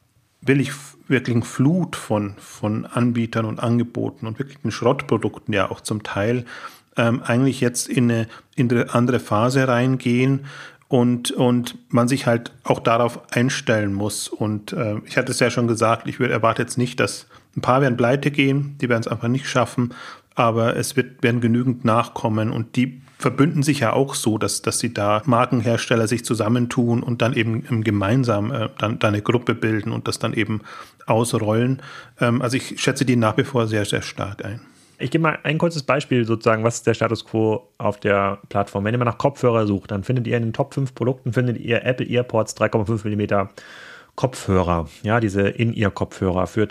wirklichen Flut von Anbietern und Angeboten und wirklichen Schrottprodukten ja auch zum Teil eigentlich jetzt in eine andere Phase reingehen und man sich halt auch darauf einstellen muss. Und ich hatte es ja schon gesagt, ich erwarte jetzt nicht, dass ein paar werden pleite gehen, die werden es einfach nicht schaffen, aber werden genügend nachkommen und die verbünden sich ja auch so, dass sie da Markenhersteller sich zusammentun und dann eben gemeinsam dann eine Gruppe bilden und das dann eben ausrollen. Also ich schätze die nach wie vor sehr, sehr stark ein. Ich gebe mal ein kurzes Beispiel sozusagen, was ist der Status Quo auf der Plattform. Wenn ihr mal nach Kopfhörer sucht, dann findet ihr in den Top 5 Produkten Apple AirPods 3,5 mm Kopfhörer, ja, diese In-Ear-Kopfhörer für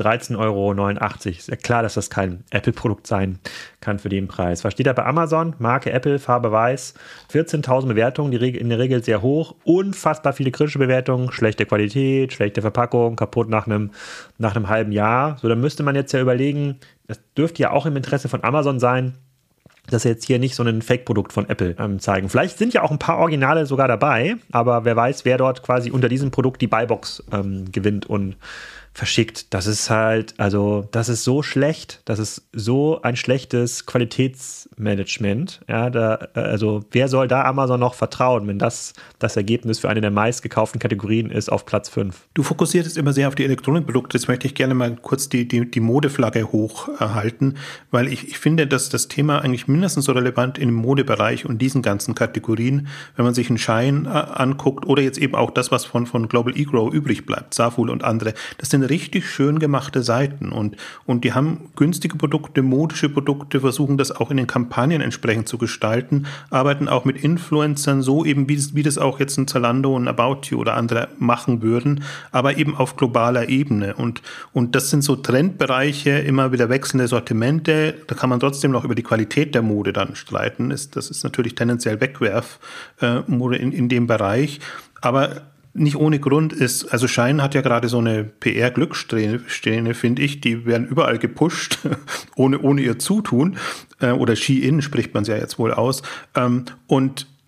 13,89 €. Ist ja klar, dass das kein Apple-Produkt sein kann für den Preis. Was steht da bei Amazon? Marke Apple, Farbe weiß, 14.000 Bewertungen, in der Regel sehr hoch, unfassbar viele kritische Bewertungen, schlechte Qualität, schlechte Verpackung, kaputt nach einem halben Jahr. So, dann müsste man jetzt ja überlegen, das dürfte ja auch im Interesse von Amazon sein, dass sie jetzt hier nicht so ein Fake-Produkt von Apple zeigen. Vielleicht sind ja auch ein paar Originale sogar dabei, aber wer weiß, wer dort quasi unter diesem Produkt die Buybox gewinnt und verschickt. Das ist halt, also das ist so schlecht, das ist so ein schlechtes Qualitätsmanagement. Ja, also wer soll da Amazon noch vertrauen, wenn das Ergebnis für eine der meistgekauften Kategorien ist auf Platz 5? Du fokussierst immer sehr auf die Elektronikprodukte. Jetzt möchte ich gerne mal kurz die Modeflagge hochhalten, weil ich finde, dass das Thema eigentlich mindestens so relevant im Modebereich und diesen ganzen Kategorien, wenn man sich einen Schein anguckt oder jetzt eben auch das, was von Global eGrow übrig bleibt, Zaful und andere, das sind richtig schön gemachte Seiten und die haben günstige Produkte, modische Produkte, versuchen das auch in den Kampagnen entsprechend zu gestalten, arbeiten auch mit Influencern so eben, wie das auch jetzt ein Zalando, ein About You oder andere machen würden, aber eben auf globaler Ebene und das sind so Trendbereiche, immer wieder wechselnde Sortimente, da kann man trotzdem noch über die Qualität der Mode dann streiten, das ist natürlich tendenziell Wegwerfmode in dem Bereich, aber nicht ohne Grund ist, also Shein hat ja gerade so eine PR-Glückssträhne, finde ich, die werden überall gepusht, ohne ihr Zutun, oder Shein spricht man es ja jetzt wohl aus, und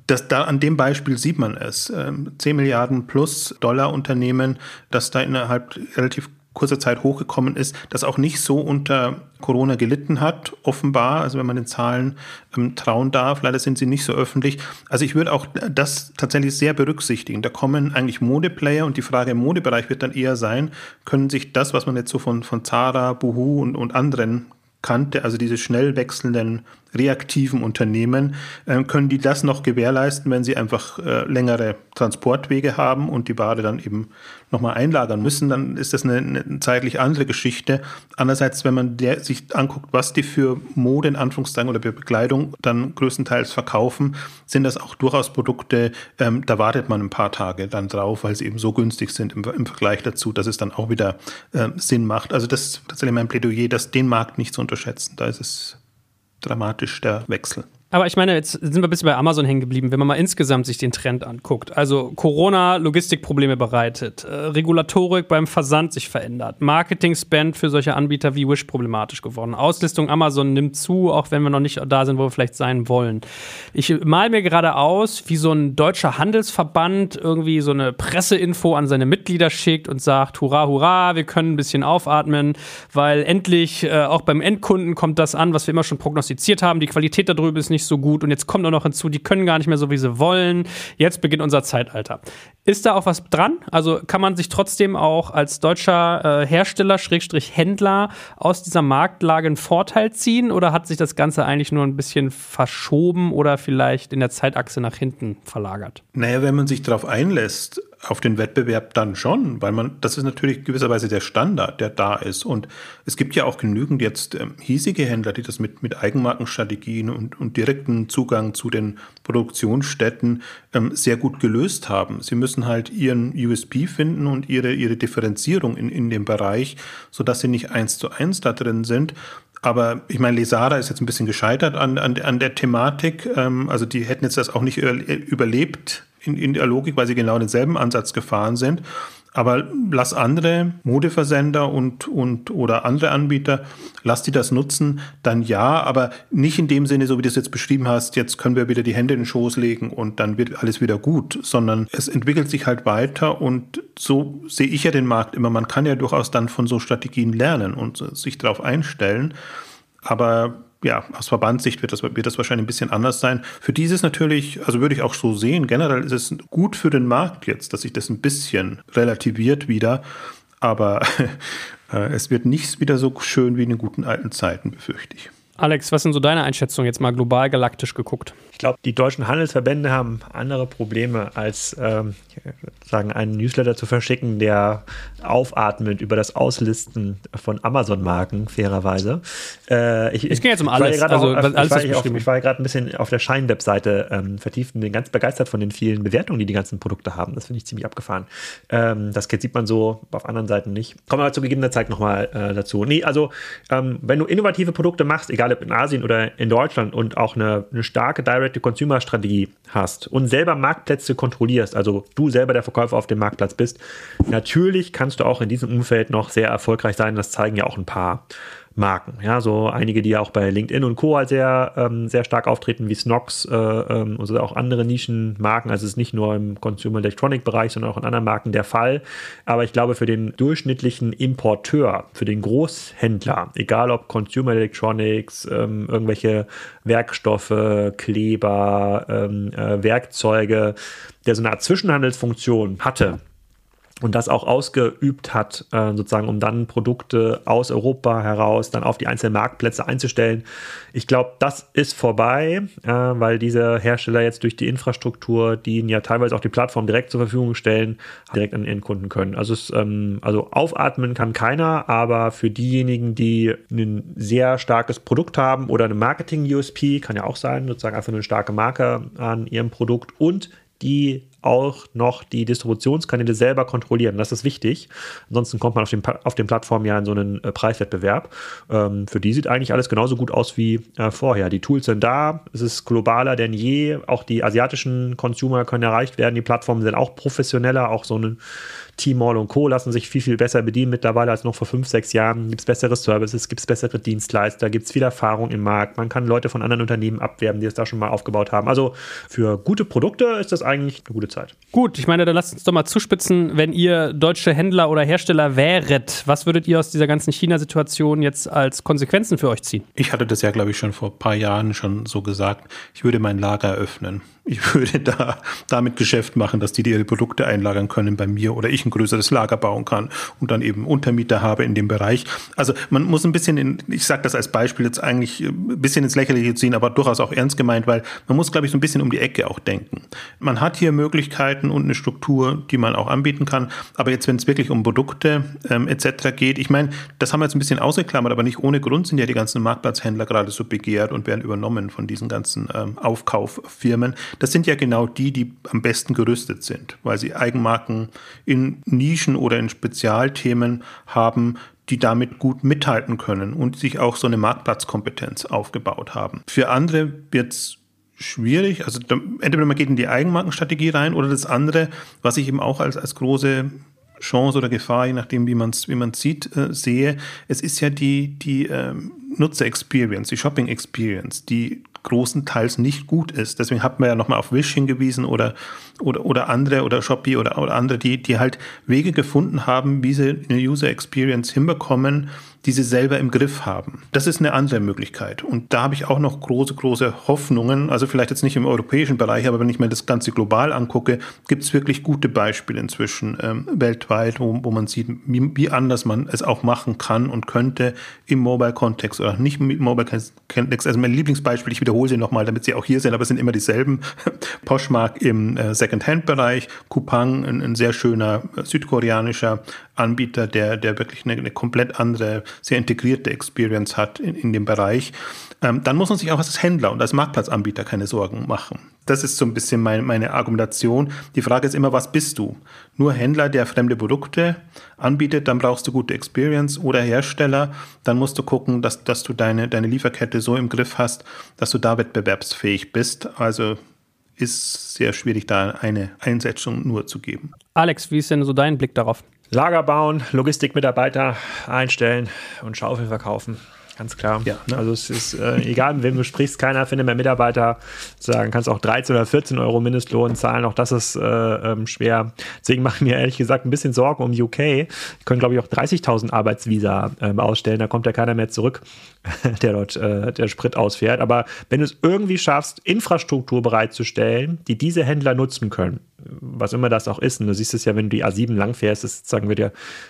An dem Beispiel sieht man es. 10 Milliarden plus Dollar Unternehmen, das da innerhalb relativ kurzer Zeit hochgekommen ist, das auch nicht so unter Corona gelitten hat, offenbar, also wenn man den Zahlen trauen darf. Leider sind sie nicht so öffentlich. Also ich würde auch das tatsächlich sehr berücksichtigen. Da kommen eigentlich Modeplayer und die Frage im Modebereich wird dann eher sein, können sich das, was man jetzt so von Zara, Boohoo und anderen kannte, also diese schnell wechselnden, reaktiven Unternehmen, können die das noch gewährleisten, wenn sie einfach längere Transportwege haben und die Ware dann eben nochmal einlagern müssen, dann ist das eine zeitlich andere Geschichte. Andererseits, wenn man sich anguckt, was die für Mode in Anführungszeichen oder für Bekleidung dann größtenteils verkaufen, sind das auch durchaus Produkte, da wartet man ein paar Tage dann drauf, weil sie eben so günstig sind im Vergleich dazu, dass es dann auch wieder Sinn macht. Also das ist tatsächlich mein Plädoyer, den Markt nicht zu unterschätzen. Da ist es dramatisch, der Wechsel. Aber ich meine, jetzt sind wir ein bisschen bei Amazon hängen geblieben, wenn man mal insgesamt sich den Trend anguckt. Also Corona Logistikprobleme bereitet, Regulatorik beim Versand sich verändert, Marketing-Spend für solche Anbieter wie Wish problematisch geworden, Auslistung Amazon nimmt zu, auch wenn wir noch nicht da sind, wo wir vielleicht sein wollen. Ich mal mir gerade aus, wie so ein deutscher Handelsverband irgendwie so eine Presseinfo an seine Mitglieder schickt und sagt, hurra, hurra, wir können ein bisschen aufatmen, weil endlich auch beim Endkunden kommt das an, was wir immer schon prognostiziert haben, die Qualität da drüben ist nicht so gut und jetzt kommt auch noch hinzu, die können gar nicht mehr so, wie sie wollen. Jetzt beginnt unser Zeitalter. Ist da auch was dran? Also kann man sich trotzdem auch als deutscher Hersteller, Händler aus dieser Marktlage einen Vorteil ziehen oder hat sich das Ganze eigentlich nur ein bisschen verschoben oder vielleicht in der Zeitachse nach hinten verlagert? Naja, wenn man sich darauf einlässt, auf den Wettbewerb dann schon, weil das ist natürlich gewisserweise der Standard, der da ist. Und es gibt ja auch genügend jetzt hiesige Händler, die das mit Eigenmarkenstrategien und direkten Zugang zu den Produktionsstätten sehr gut gelöst haben. Sie müssen halt ihren USP finden und ihre Differenzierung in dem Bereich, sodass sie nicht 1:1 da drin sind. Aber ich meine, Lesara ist jetzt ein bisschen gescheitert an der Thematik. Also die hätten jetzt das auch nicht überlebt in der Logik, weil sie genau denselben Ansatz gefahren sind. Aber lass andere Modeversender oder andere Anbieter, lass die das nutzen, dann ja, aber nicht in dem Sinne, so wie du es jetzt beschrieben hast, jetzt können wir wieder die Hände in den Schoß legen und dann wird alles wieder gut, sondern es entwickelt sich halt weiter und so sehe ich ja den Markt immer. Man kann ja durchaus dann von so Strategien lernen und sich darauf einstellen, aber ja, aus Verbandssicht wird das wahrscheinlich ein bisschen anders sein. Für dieses natürlich, also würde ich auch so sehen, generell ist es gut für den Markt jetzt, dass sich das ein bisschen relativiert wieder, aber es wird nicht wieder so schön wie in den guten alten Zeiten, befürchte ich. Alex, was sind so deine Einschätzungen jetzt mal global galaktisch geguckt? Ich glaube, die deutschen Handelsverbände haben andere Probleme, als einen Newsletter zu verschicken, der aufatmet über das Auslisten von Amazon-Marken, fairerweise. Es ging jetzt um alles. Ich war gerade ein bisschen auf der Shine-Webseite vertieft und bin ganz begeistert von den vielen Bewertungen, die ganzen Produkte haben. Das finde ich ziemlich abgefahren. Das sieht man so auf anderen Seiten nicht. Kommen wir zu gegebener Zeit nochmal dazu. Nee, also wenn du innovative Produkte machst, egal ob in Asien oder in Deutschland und auch eine starke Direct-to-Consumer-Strategie hast und selber Marktplätze kontrollierst, also du selber der Verkäufer auf dem Marktplatz bist, natürlich kannst du auch in diesem Umfeld noch sehr erfolgreich sein. Das zeigen ja auch ein paar Marken. Ja, so einige, die ja auch bei LinkedIn und Co. sehr stark auftreten, wie Snox und auch andere Nischenmarken. Also es ist nicht nur im Consumer Electronic Bereich, sondern auch in anderen Marken der Fall. Aber ich glaube, für den durchschnittlichen Importeur, für den Großhändler, egal ob Consumer Electronics, irgendwelche Werkstoffe, Kleber, Werkzeuge, der so eine Art Zwischenhandelsfunktion hatte, und das auch ausgeübt hat, sozusagen, um dann Produkte aus Europa heraus dann auf die einzelnen Marktplätze einzustellen. Ich glaube, das ist vorbei, weil diese Hersteller jetzt durch die Infrastruktur, die ihnen ja teilweise auch die Plattform direkt zur Verfügung stellen, direkt an den Endkunden können. Also aufatmen kann keiner, aber für diejenigen, die ein sehr starkes Produkt haben oder eine Marketing-USP, kann ja auch sein, sozusagen einfach eine starke Marke an ihrem Produkt und die auch noch die Distributionskanäle selber kontrollieren. Das ist wichtig. Ansonsten kommt man auf den Plattformen ja in so einen Preiswettbewerb. Für die sieht eigentlich alles genauso gut aus wie vorher. Die Tools sind da, es ist globaler denn je. Auch die asiatischen Consumer können erreicht werden. Die Plattformen sind auch professioneller. Auch so eine Tmall und Co. lassen sich viel, viel besser bedienen mittlerweile als noch vor 5, 6 Jahren. Gibt es bessere Services, gibt es bessere Dienstleister, gibt es viel Erfahrung im Markt. Man kann Leute von anderen Unternehmen abwerben, die es da schon mal aufgebaut haben. Also für gute Produkte ist das eigentlich eine gute Zeit. Gut, ich meine, dann lasst uns doch mal zuspitzen, wenn ihr deutsche Händler oder Hersteller wäret, was würdet ihr aus dieser ganzen China-Situation jetzt als Konsequenzen für euch ziehen? Ich hatte das ja, glaube ich, schon vor ein paar Jahren schon so gesagt. Ich würde mein Lager öffnen. Ich würde damit Geschäft machen, dass die ihre Produkte einlagern können bei mir oder ich ein größeres Lager bauen kann und dann eben Untermieter habe in dem Bereich. Also man muss ein bisschen, ich sage das als Beispiel jetzt eigentlich ein bisschen ins Lächerliche ziehen, aber durchaus auch ernst gemeint, weil man muss, glaube ich, so ein bisschen um die Ecke auch denken. Man hat hier Möglichkeiten und eine Struktur, die man auch anbieten kann, aber jetzt, wenn es wirklich um Produkte etc. geht, ich meine, das haben wir jetzt ein bisschen ausgeklammert, aber nicht ohne Grund sind ja die ganzen Marktplatzhändler gerade so begehrt und werden übernommen von diesen ganzen Aufkauffirmen. Das sind ja genau die am besten gerüstet sind, weil sie Eigenmarken in Nischen oder in Spezialthemen haben, die damit gut mithalten können und sich auch so eine Marktplatzkompetenz aufgebaut haben. Für andere wird es schwierig, also entweder man geht in die Eigenmarkenstrategie rein oder das andere, was ich eben auch als große Chance oder Gefahr, je nachdem, wie man es sieht, sehe, es ist ja die Nutzer-Experience, die Shopping-Experience, die großenteils nicht gut ist. Deswegen hat man ja nochmal auf Wish hingewiesen oder andere oder Shopee oder andere, die halt Wege gefunden haben, wie sie eine User Experience hinbekommen, die sie selber im Griff haben. Das ist eine andere Möglichkeit. Und da habe ich auch noch große Hoffnungen, also vielleicht jetzt nicht im europäischen Bereich, aber wenn ich mir das Ganze global angucke, gibt es wirklich gute Beispiele inzwischen weltweit, wo man sieht, wie anders man es auch machen kann und könnte im Mobile-Kontext oder nicht im Mobile-Kontext. Also mein Lieblingsbeispiel, ich wiederhole sie nochmal, damit sie auch hier sind, aber es sind immer dieselben. Poshmark im Second-Hand-Bereich, Coupang, ein sehr schöner südkoreanischer Anbieter, der wirklich eine komplett andere, sehr integrierte Experience hat in dem Bereich. Dann muss man sich auch als Händler und als Marktplatzanbieter keine Sorgen machen. Das ist so ein bisschen meine Argumentation. Die Frage ist immer, was bist du? Nur Händler, der fremde Produkte anbietet, dann brauchst du gute Experience, oder Hersteller, dann musst du gucken, dass du deine Lieferkette so im Griff hast, dass du da wettbewerbsfähig bist. Also ist sehr schwierig, da eine Einsetzung nur zu geben. Alex, wie ist denn so dein Blick darauf? Lager bauen, Logistikmitarbeiter einstellen und Schaufel verkaufen. Ganz klar. Ja, ne? Also es ist egal, mit wem du sprichst, keiner findet mehr Mitarbeiter. Sagen, kannst auch 13 oder 14 Euro Mindestlohn zahlen, auch das ist schwer. Deswegen mache ich mir ehrlich gesagt ein bisschen Sorgen um UK. Die können, glaube ich, auch 30.000 Arbeitsvisa ausstellen, da kommt ja keiner mehr zurück, der dort der Sprit ausfährt. Aber wenn du es irgendwie schaffst, Infrastruktur bereitzustellen, die diese Händler nutzen können, was immer das auch ist, und du siehst es ja, wenn du die A7 langfährst, ist sozusagen wird ja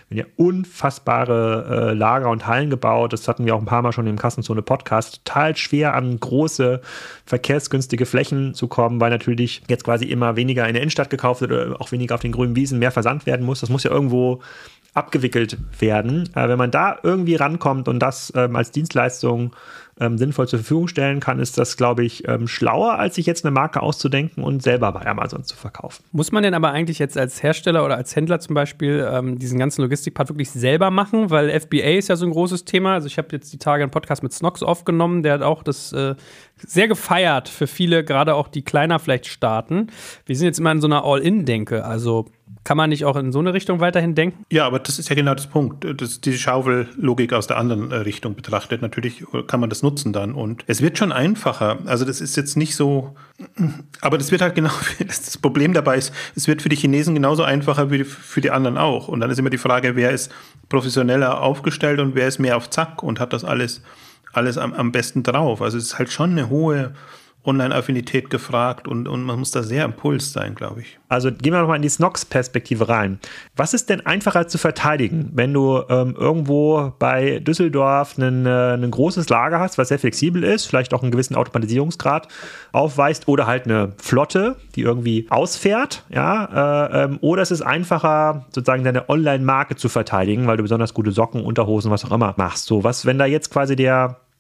unfassbare Lager und Hallen gebaut. Das hatten wir auch ein paar Mal schon im Kassenzone-Podcast. Total schwer, an große, verkehrsgünstige Flächen zu kommen, weil natürlich jetzt quasi immer weniger in der Innenstadt gekauft wird oder auch weniger auf den grünen Wiesen, mehr versandt werden muss. Das muss ja irgendwo abgewickelt werden. Wenn man da irgendwie rankommt und das als Dienstleistung sinnvoll zur Verfügung stellen kann, ist das, glaube ich, schlauer, als sich jetzt eine Marke auszudenken und selber bei Amazon zu verkaufen. Muss man denn aber eigentlich jetzt als Hersteller oder als Händler zum Beispiel diesen ganzen Logistikpart wirklich selber machen? Weil FBA ist ja so ein großes Thema. Also ich habe jetzt die Tage einen Podcast mit Snox aufgenommen, der hat auch das sehr gefeiert für viele, gerade auch die kleiner vielleicht starten. Wir sind jetzt immer in so einer All-In-Denke, also kann man nicht auch in so eine Richtung weiterhin denken? Ja, aber das ist ja genau das Punkt. Die Schaufellogik aus der anderen Richtung betrachtet. Natürlich kann man das nutzen dann. Und es wird schon einfacher. Also das ist jetzt nicht so, aber das wird halt genau, das Problem dabei ist, es wird für die Chinesen genauso einfacher wie für die anderen auch. Und dann ist immer die Frage, wer ist professioneller aufgestellt und wer ist mehr auf Zack und hat das alles am besten drauf. Also es ist halt schon eine hohe Online-Affinität gefragt und man muss da sehr am Puls sein, glaube ich. Also gehen wir nochmal in die Snox-Perspektive rein. Was ist denn einfacher zu verteidigen, wenn du irgendwo bei Düsseldorf ein großes Lager hast, was sehr flexibel ist, vielleicht auch einen gewissen Automatisierungsgrad aufweist oder halt eine Flotte, die irgendwie ausfährt, ja, oder es ist einfacher, sozusagen deine Online-Marke zu verteidigen, weil du besonders gute Socken, Unterhosen, was auch immer machst. So, was, wenn da jetzt quasi der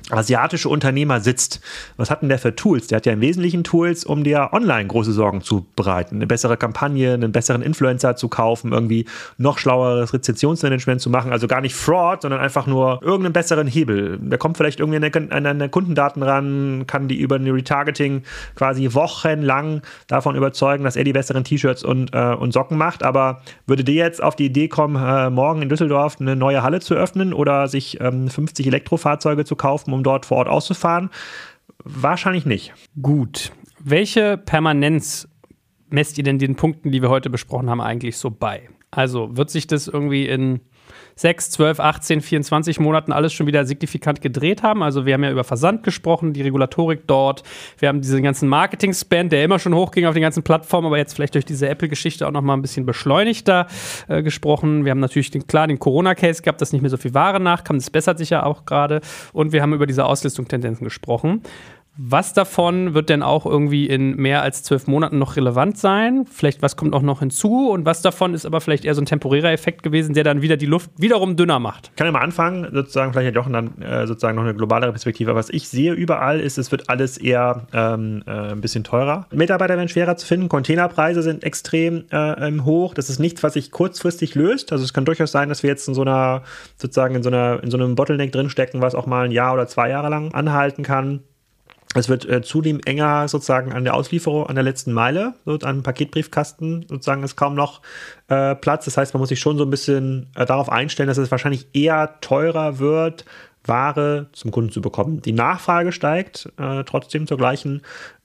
asiatische Unternehmer sitzt. Was hat denn der für Tools? Der hat ja im Wesentlichen Tools, um dir online große Sorgen zu bereiten. Eine bessere Kampagne, einen besseren Influencer zu kaufen, irgendwie noch schlaueres Rezeptionsmanagement zu machen. Also gar nicht Fraud, sondern einfach nur irgendeinen besseren Hebel. Der kommt vielleicht irgendwie an eine Kundendaten ran, kann die über ein Retargeting quasi wochenlang davon überzeugen, dass er die besseren T-Shirts und Socken macht. Aber würde der jetzt auf die Idee kommen, morgen in Düsseldorf eine neue Halle zu öffnen oder sich 50 Elektrofahrzeuge zu kaufen, um dort vor Ort auszufahren? Wahrscheinlich nicht. Gut. Welche Permanenz messt ihr denn den Punkten, die wir heute besprochen haben, eigentlich so bei? Also wird sich das irgendwie in 6, 12, 18, 24 Monaten alles schon wieder signifikant gedreht haben? Also wir haben ja über Versand gesprochen, die Regulatorik dort. Wir haben diesen ganzen Marketing-Spend, der immer schon hochging auf den ganzen Plattformen, aber jetzt vielleicht durch diese Apple-Geschichte auch noch mal ein bisschen beschleunigter gesprochen. Wir haben natürlich den Corona-Case gehabt, dass nicht mehr so viel Ware nachkam. Das bessert sich ja auch gerade. Und wir haben über diese Auslistungstendenzen gesprochen. Was davon wird denn auch irgendwie in mehr als 12 Monaten noch relevant sein? Vielleicht was kommt auch noch hinzu? Und was davon ist aber vielleicht eher so ein temporärer Effekt gewesen, der dann wieder die Luft wiederum dünner macht? Ich kann ja mal anfangen, sozusagen, vielleicht hat Jochen dann sozusagen noch eine globalere Perspektive. Aber was ich sehe überall ist, es wird alles eher ein bisschen teurer. Mitarbeiter werden schwerer zu finden, Containerpreise sind extrem hoch. Das ist nichts, was sich kurzfristig löst. Also es kann durchaus sein, dass wir jetzt in so einer, sozusagen in so einem Bottleneck drinstecken, was auch mal ein Jahr oder 2 Jahre lang anhalten kann. Es wird zudem enger sozusagen an der Auslieferung, an der letzten Meile, so an dem Paketbriefkasten sozusagen ist kaum noch Platz. Das heißt, man muss sich schon so ein bisschen darauf einstellen, dass es wahrscheinlich eher teurer wird, Ware zum Kunden zu bekommen. Die Nachfrage steigt trotzdem zur gleichen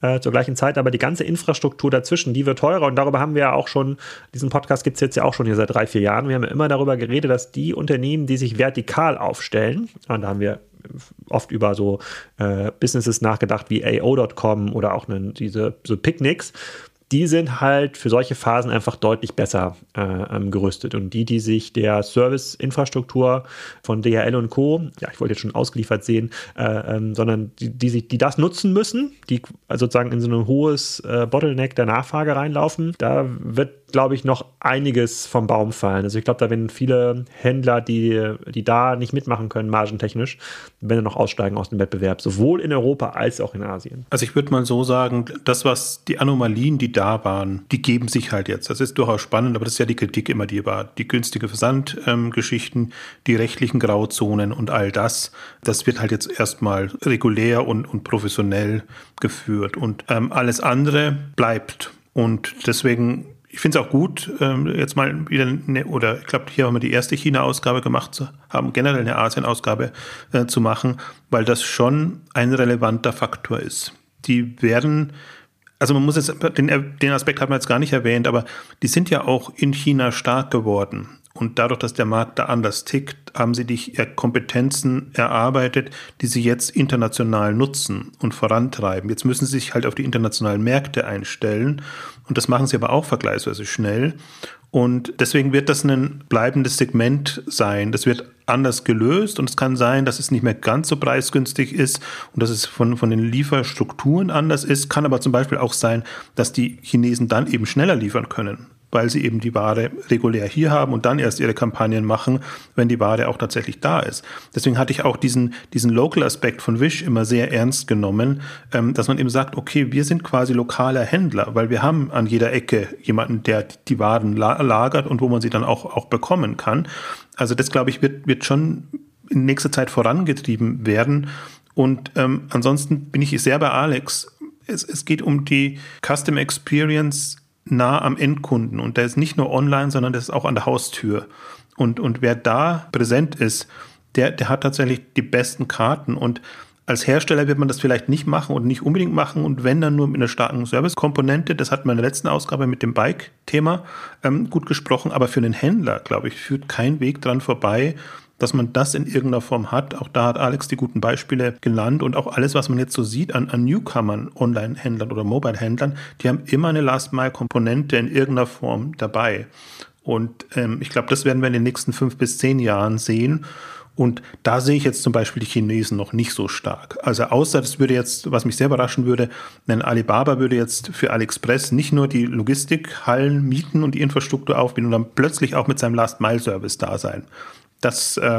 Zeit, aber die ganze Infrastruktur dazwischen, die wird teurer und darüber haben wir ja auch schon, diesen Podcast gibt es jetzt ja auch schon hier seit 3-4 Jahren, wir haben ja immer darüber geredet, dass die Unternehmen, die sich vertikal aufstellen, und da haben wir oft über so Businesses nachgedacht wie AO.com oder auch so Picnics, die sind halt für solche Phasen einfach deutlich besser gerüstet. Und die sich der Serviceinfrastruktur von DHL und Co., ja, ich wollte jetzt schon ausgeliefert sehen, sondern die das nutzen müssen, die also sozusagen in so ein hohes Bottleneck der Nachfrage reinlaufen, da wird, glaube ich, noch einiges vom Baum fallen. Also ich glaube, da werden viele Händler, die da nicht mitmachen können, margentechnisch, werden noch aussteigen aus dem Wettbewerb, sowohl in Europa als auch in Asien. Also ich würde mal so sagen, das, die Anomalien, die da waren, die geben sich halt jetzt. Das ist durchaus spannend, aber das ist ja die Kritik immer, die war. Die günstige Versandgeschichten, die rechtlichen Grauzonen und all das wird halt jetzt erstmal regulär und professionell geführt. Und alles andere bleibt. Und deswegen, ich finde es auch gut, jetzt mal wieder ich glaube, hier haben wir die erste China-Ausgabe gemacht, haben generell eine Asien-Ausgabe zu machen, weil das schon ein relevanter Faktor ist. Die werden, also man muss jetzt, den Aspekt hat man jetzt gar nicht erwähnt, aber die sind ja auch in China stark geworden. Und dadurch, dass der Markt da anders tickt, haben sie die Kompetenzen erarbeitet, die sie jetzt international nutzen und vorantreiben. Jetzt müssen sie sich halt auf die internationalen Märkte einstellen. Und das machen sie aber auch vergleichsweise schnell. Und deswegen wird das ein bleibendes Segment sein. Das wird anders gelöst und es kann sein, dass es nicht mehr ganz so preisgünstig ist und dass es von den Lieferstrukturen anders ist. Kann aber zum Beispiel auch sein, dass die Chinesen dann eben schneller liefern können, weil sie eben die Ware regulär hier haben und dann erst ihre Kampagnen machen, wenn die Ware auch tatsächlich da ist. Deswegen hatte ich auch diesen Local-Aspekt von Wish immer sehr ernst genommen, dass man eben sagt, okay, wir sind quasi lokaler Händler, weil wir haben an jeder Ecke jemanden, der die Waren lagert und wo man sie dann auch bekommen kann. Also das, glaube ich, wird schon in nächster Zeit vorangetrieben werden. Und ansonsten bin ich sehr bei Alex. Es geht um die Custom Experience nah am Endkunden. Und der ist nicht nur online, sondern der ist auch an der Haustür. Und wer da präsent ist, der hat tatsächlich die besten Karten. Und als Hersteller wird man das vielleicht nicht machen und nicht unbedingt machen. Und wenn, dann nur mit einer starken Service-Komponente. Das hatten wir in der letzten Ausgabe mit dem Bike-Thema gut gesprochen. Aber für einen Händler, glaube ich, führt kein Weg dran vorbei, dass man das in irgendeiner Form hat. Auch da hat Alex die guten Beispiele genannt und auch alles, was man jetzt so sieht an Newcomern, Online-Händlern oder Mobile-Händlern, die haben immer eine Last-Mile-Komponente in irgendeiner Form dabei. Und ich glaube, das werden wir in den nächsten 5 bis 10 Jahren sehen. Und da sehe ich jetzt zum Beispiel die Chinesen noch nicht so stark. Also außer, das würde jetzt, was mich sehr überraschen würde, ein Alibaba würde jetzt für AliExpress nicht nur die Logistikhallen mieten und die Infrastruktur aufbauen und dann plötzlich auch mit seinem Last-Mile-Service da sein. Das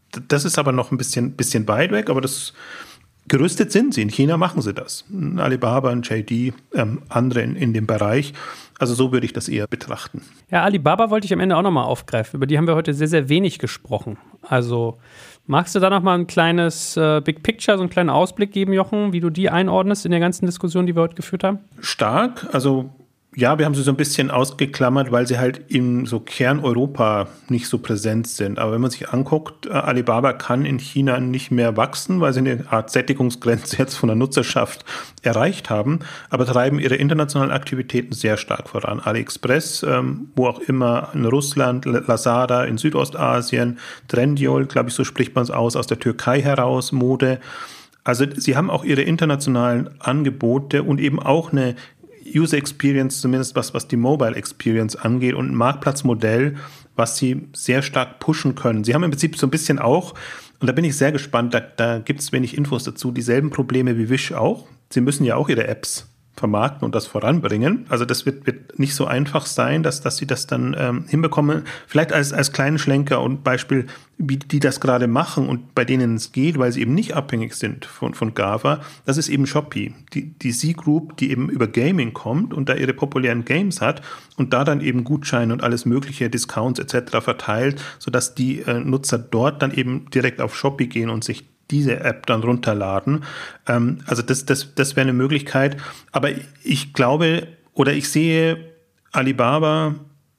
Das ist aber noch ein bisschen weit weg, aber gerüstet sind sie. In China machen sie das. Alibaba, JD, andere in dem Bereich. Also so würde ich das eher betrachten. Ja, Alibaba wollte ich am Ende auch nochmal aufgreifen. Über die haben wir heute sehr, sehr wenig gesprochen. Also magst du da nochmal ein kleines Big Picture, so einen kleinen Ausblick geben, Jochen, wie du die einordnest in der ganzen Diskussion, die wir heute geführt haben? Stark, also ja, wir haben sie so ein bisschen ausgeklammert, weil sie halt in so Kerneuropa nicht so präsent sind. Aber wenn man sich anguckt, Alibaba kann in China nicht mehr wachsen, weil sie eine Art Sättigungsgrenze jetzt von der Nutzerschaft erreicht haben, aber treiben ihre internationalen Aktivitäten sehr stark voran. AliExpress, wo auch immer, in Russland, Lazada in Südostasien, Trendyol, glaube ich, so spricht man es aus der Türkei heraus, Mode. Also sie haben auch ihre internationalen Angebote und eben auch eine User Experience, zumindest was die Mobile Experience angeht, und ein Marktplatzmodell, was sie sehr stark pushen können. Sie haben im Prinzip so ein bisschen auch, und da bin ich sehr gespannt, da gibt es wenig Infos dazu, dieselben Probleme wie Wish auch. Sie müssen ja auch ihre Apps vermarkten und das voranbringen. Also das wird nicht so einfach sein, dass sie das dann hinbekommen. Vielleicht als kleinen Schlenker und Beispiel, wie die das gerade machen und bei denen es geht, weil sie eben nicht abhängig sind von GAFA, das ist eben Shopee. Die C-Group, die eben über Gaming kommt und da ihre populären Games hat und da dann eben Gutscheine und alles mögliche, Discounts etc. verteilt, sodass die Nutzer dort dann eben direkt auf Shopee gehen und sich diese App dann runterladen. Also das wäre eine Möglichkeit. Aber ich glaube oder ich sehe Alibaba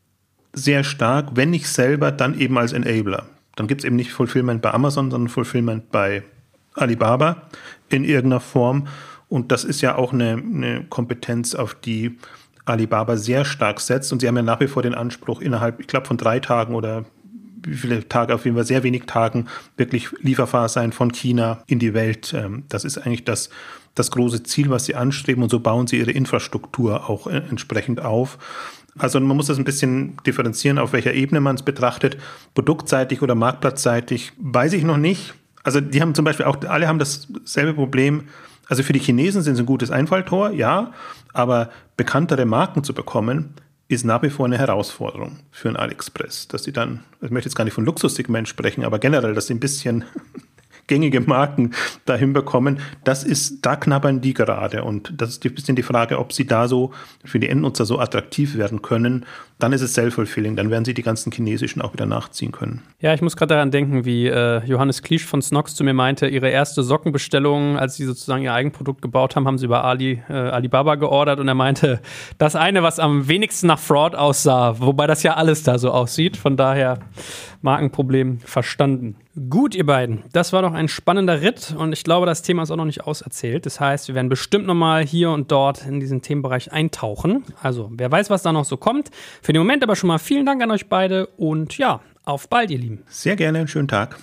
sehr stark, wenn nicht selber, dann eben als Enabler. Dann gibt es eben nicht Fulfillment bei Amazon, sondern Fulfillment bei Alibaba in irgendeiner Form. Und das ist ja auch eine Kompetenz, auf die Alibaba sehr stark setzt. Und sie haben ja nach wie vor den Anspruch, innerhalb, ich glaube, von 3 Tagen oder wie viele Tage, auf jeden Fall sehr wenig Tagen, wirklich lieferbar sein von China in die Welt. Das ist eigentlich das große Ziel, was sie anstreben, und so bauen sie ihre Infrastruktur auch entsprechend auf. Also man muss das ein bisschen differenzieren, auf welcher Ebene man es betrachtet. Produktseitig oder marktplatzseitig, weiß ich noch nicht. Also die haben zum Beispiel auch, alle haben dasselbe Problem. Also für die Chinesen sind sie ein gutes Einfalltor, ja, aber bekanntere Marken zu bekommen, ist nach wie vor eine Herausforderung für ein AliExpress, dass sie dann, ich möchte jetzt gar nicht von Luxussegment sprechen, aber generell, dass sie ein bisschen gängige Marken da hinbekommen, da knabbern die gerade, und das ist ein bisschen die Frage, ob sie da so für die Endnutzer so attraktiv werden können. Dann ist es self-fulfilling, dann werden sie die ganzen chinesischen auch wieder nachziehen können. Ja, ich muss gerade daran denken, wie Johannes Kliesch von Snox zu mir meinte, ihre erste Sockenbestellung, als sie sozusagen ihr Eigenprodukt gebaut haben, haben sie über Alibaba geordert, und er meinte, das eine, was am wenigsten nach Fraud aussah, wobei das ja alles da so aussieht, von daher Markenproblem verstanden. Gut, ihr beiden, das war doch ein spannender Ritt, und ich glaube, das Thema ist auch noch nicht auserzählt. Das heißt, wir werden bestimmt nochmal hier und dort in diesen Themenbereich eintauchen. Also, wer weiß, was da noch so kommt. Für den Moment aber schon mal vielen Dank an euch beide, und ja, auf bald, ihr Lieben. Sehr gerne, einen schönen Tag.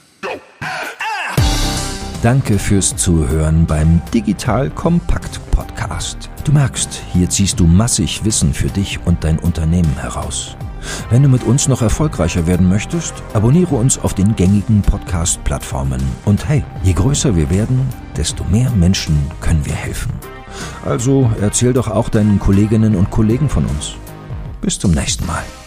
Danke fürs Zuhören beim Digital Kompakt Podcast. Du merkst, hier ziehst du massig Wissen für dich und dein Unternehmen heraus. Wenn du mit uns noch erfolgreicher werden möchtest, abonniere uns auf den gängigen Podcast-Plattformen. Und hey, je größer wir werden, desto mehr Menschen können wir helfen. Also erzähl doch auch deinen Kolleginnen und Kollegen von uns. Bis zum nächsten Mal.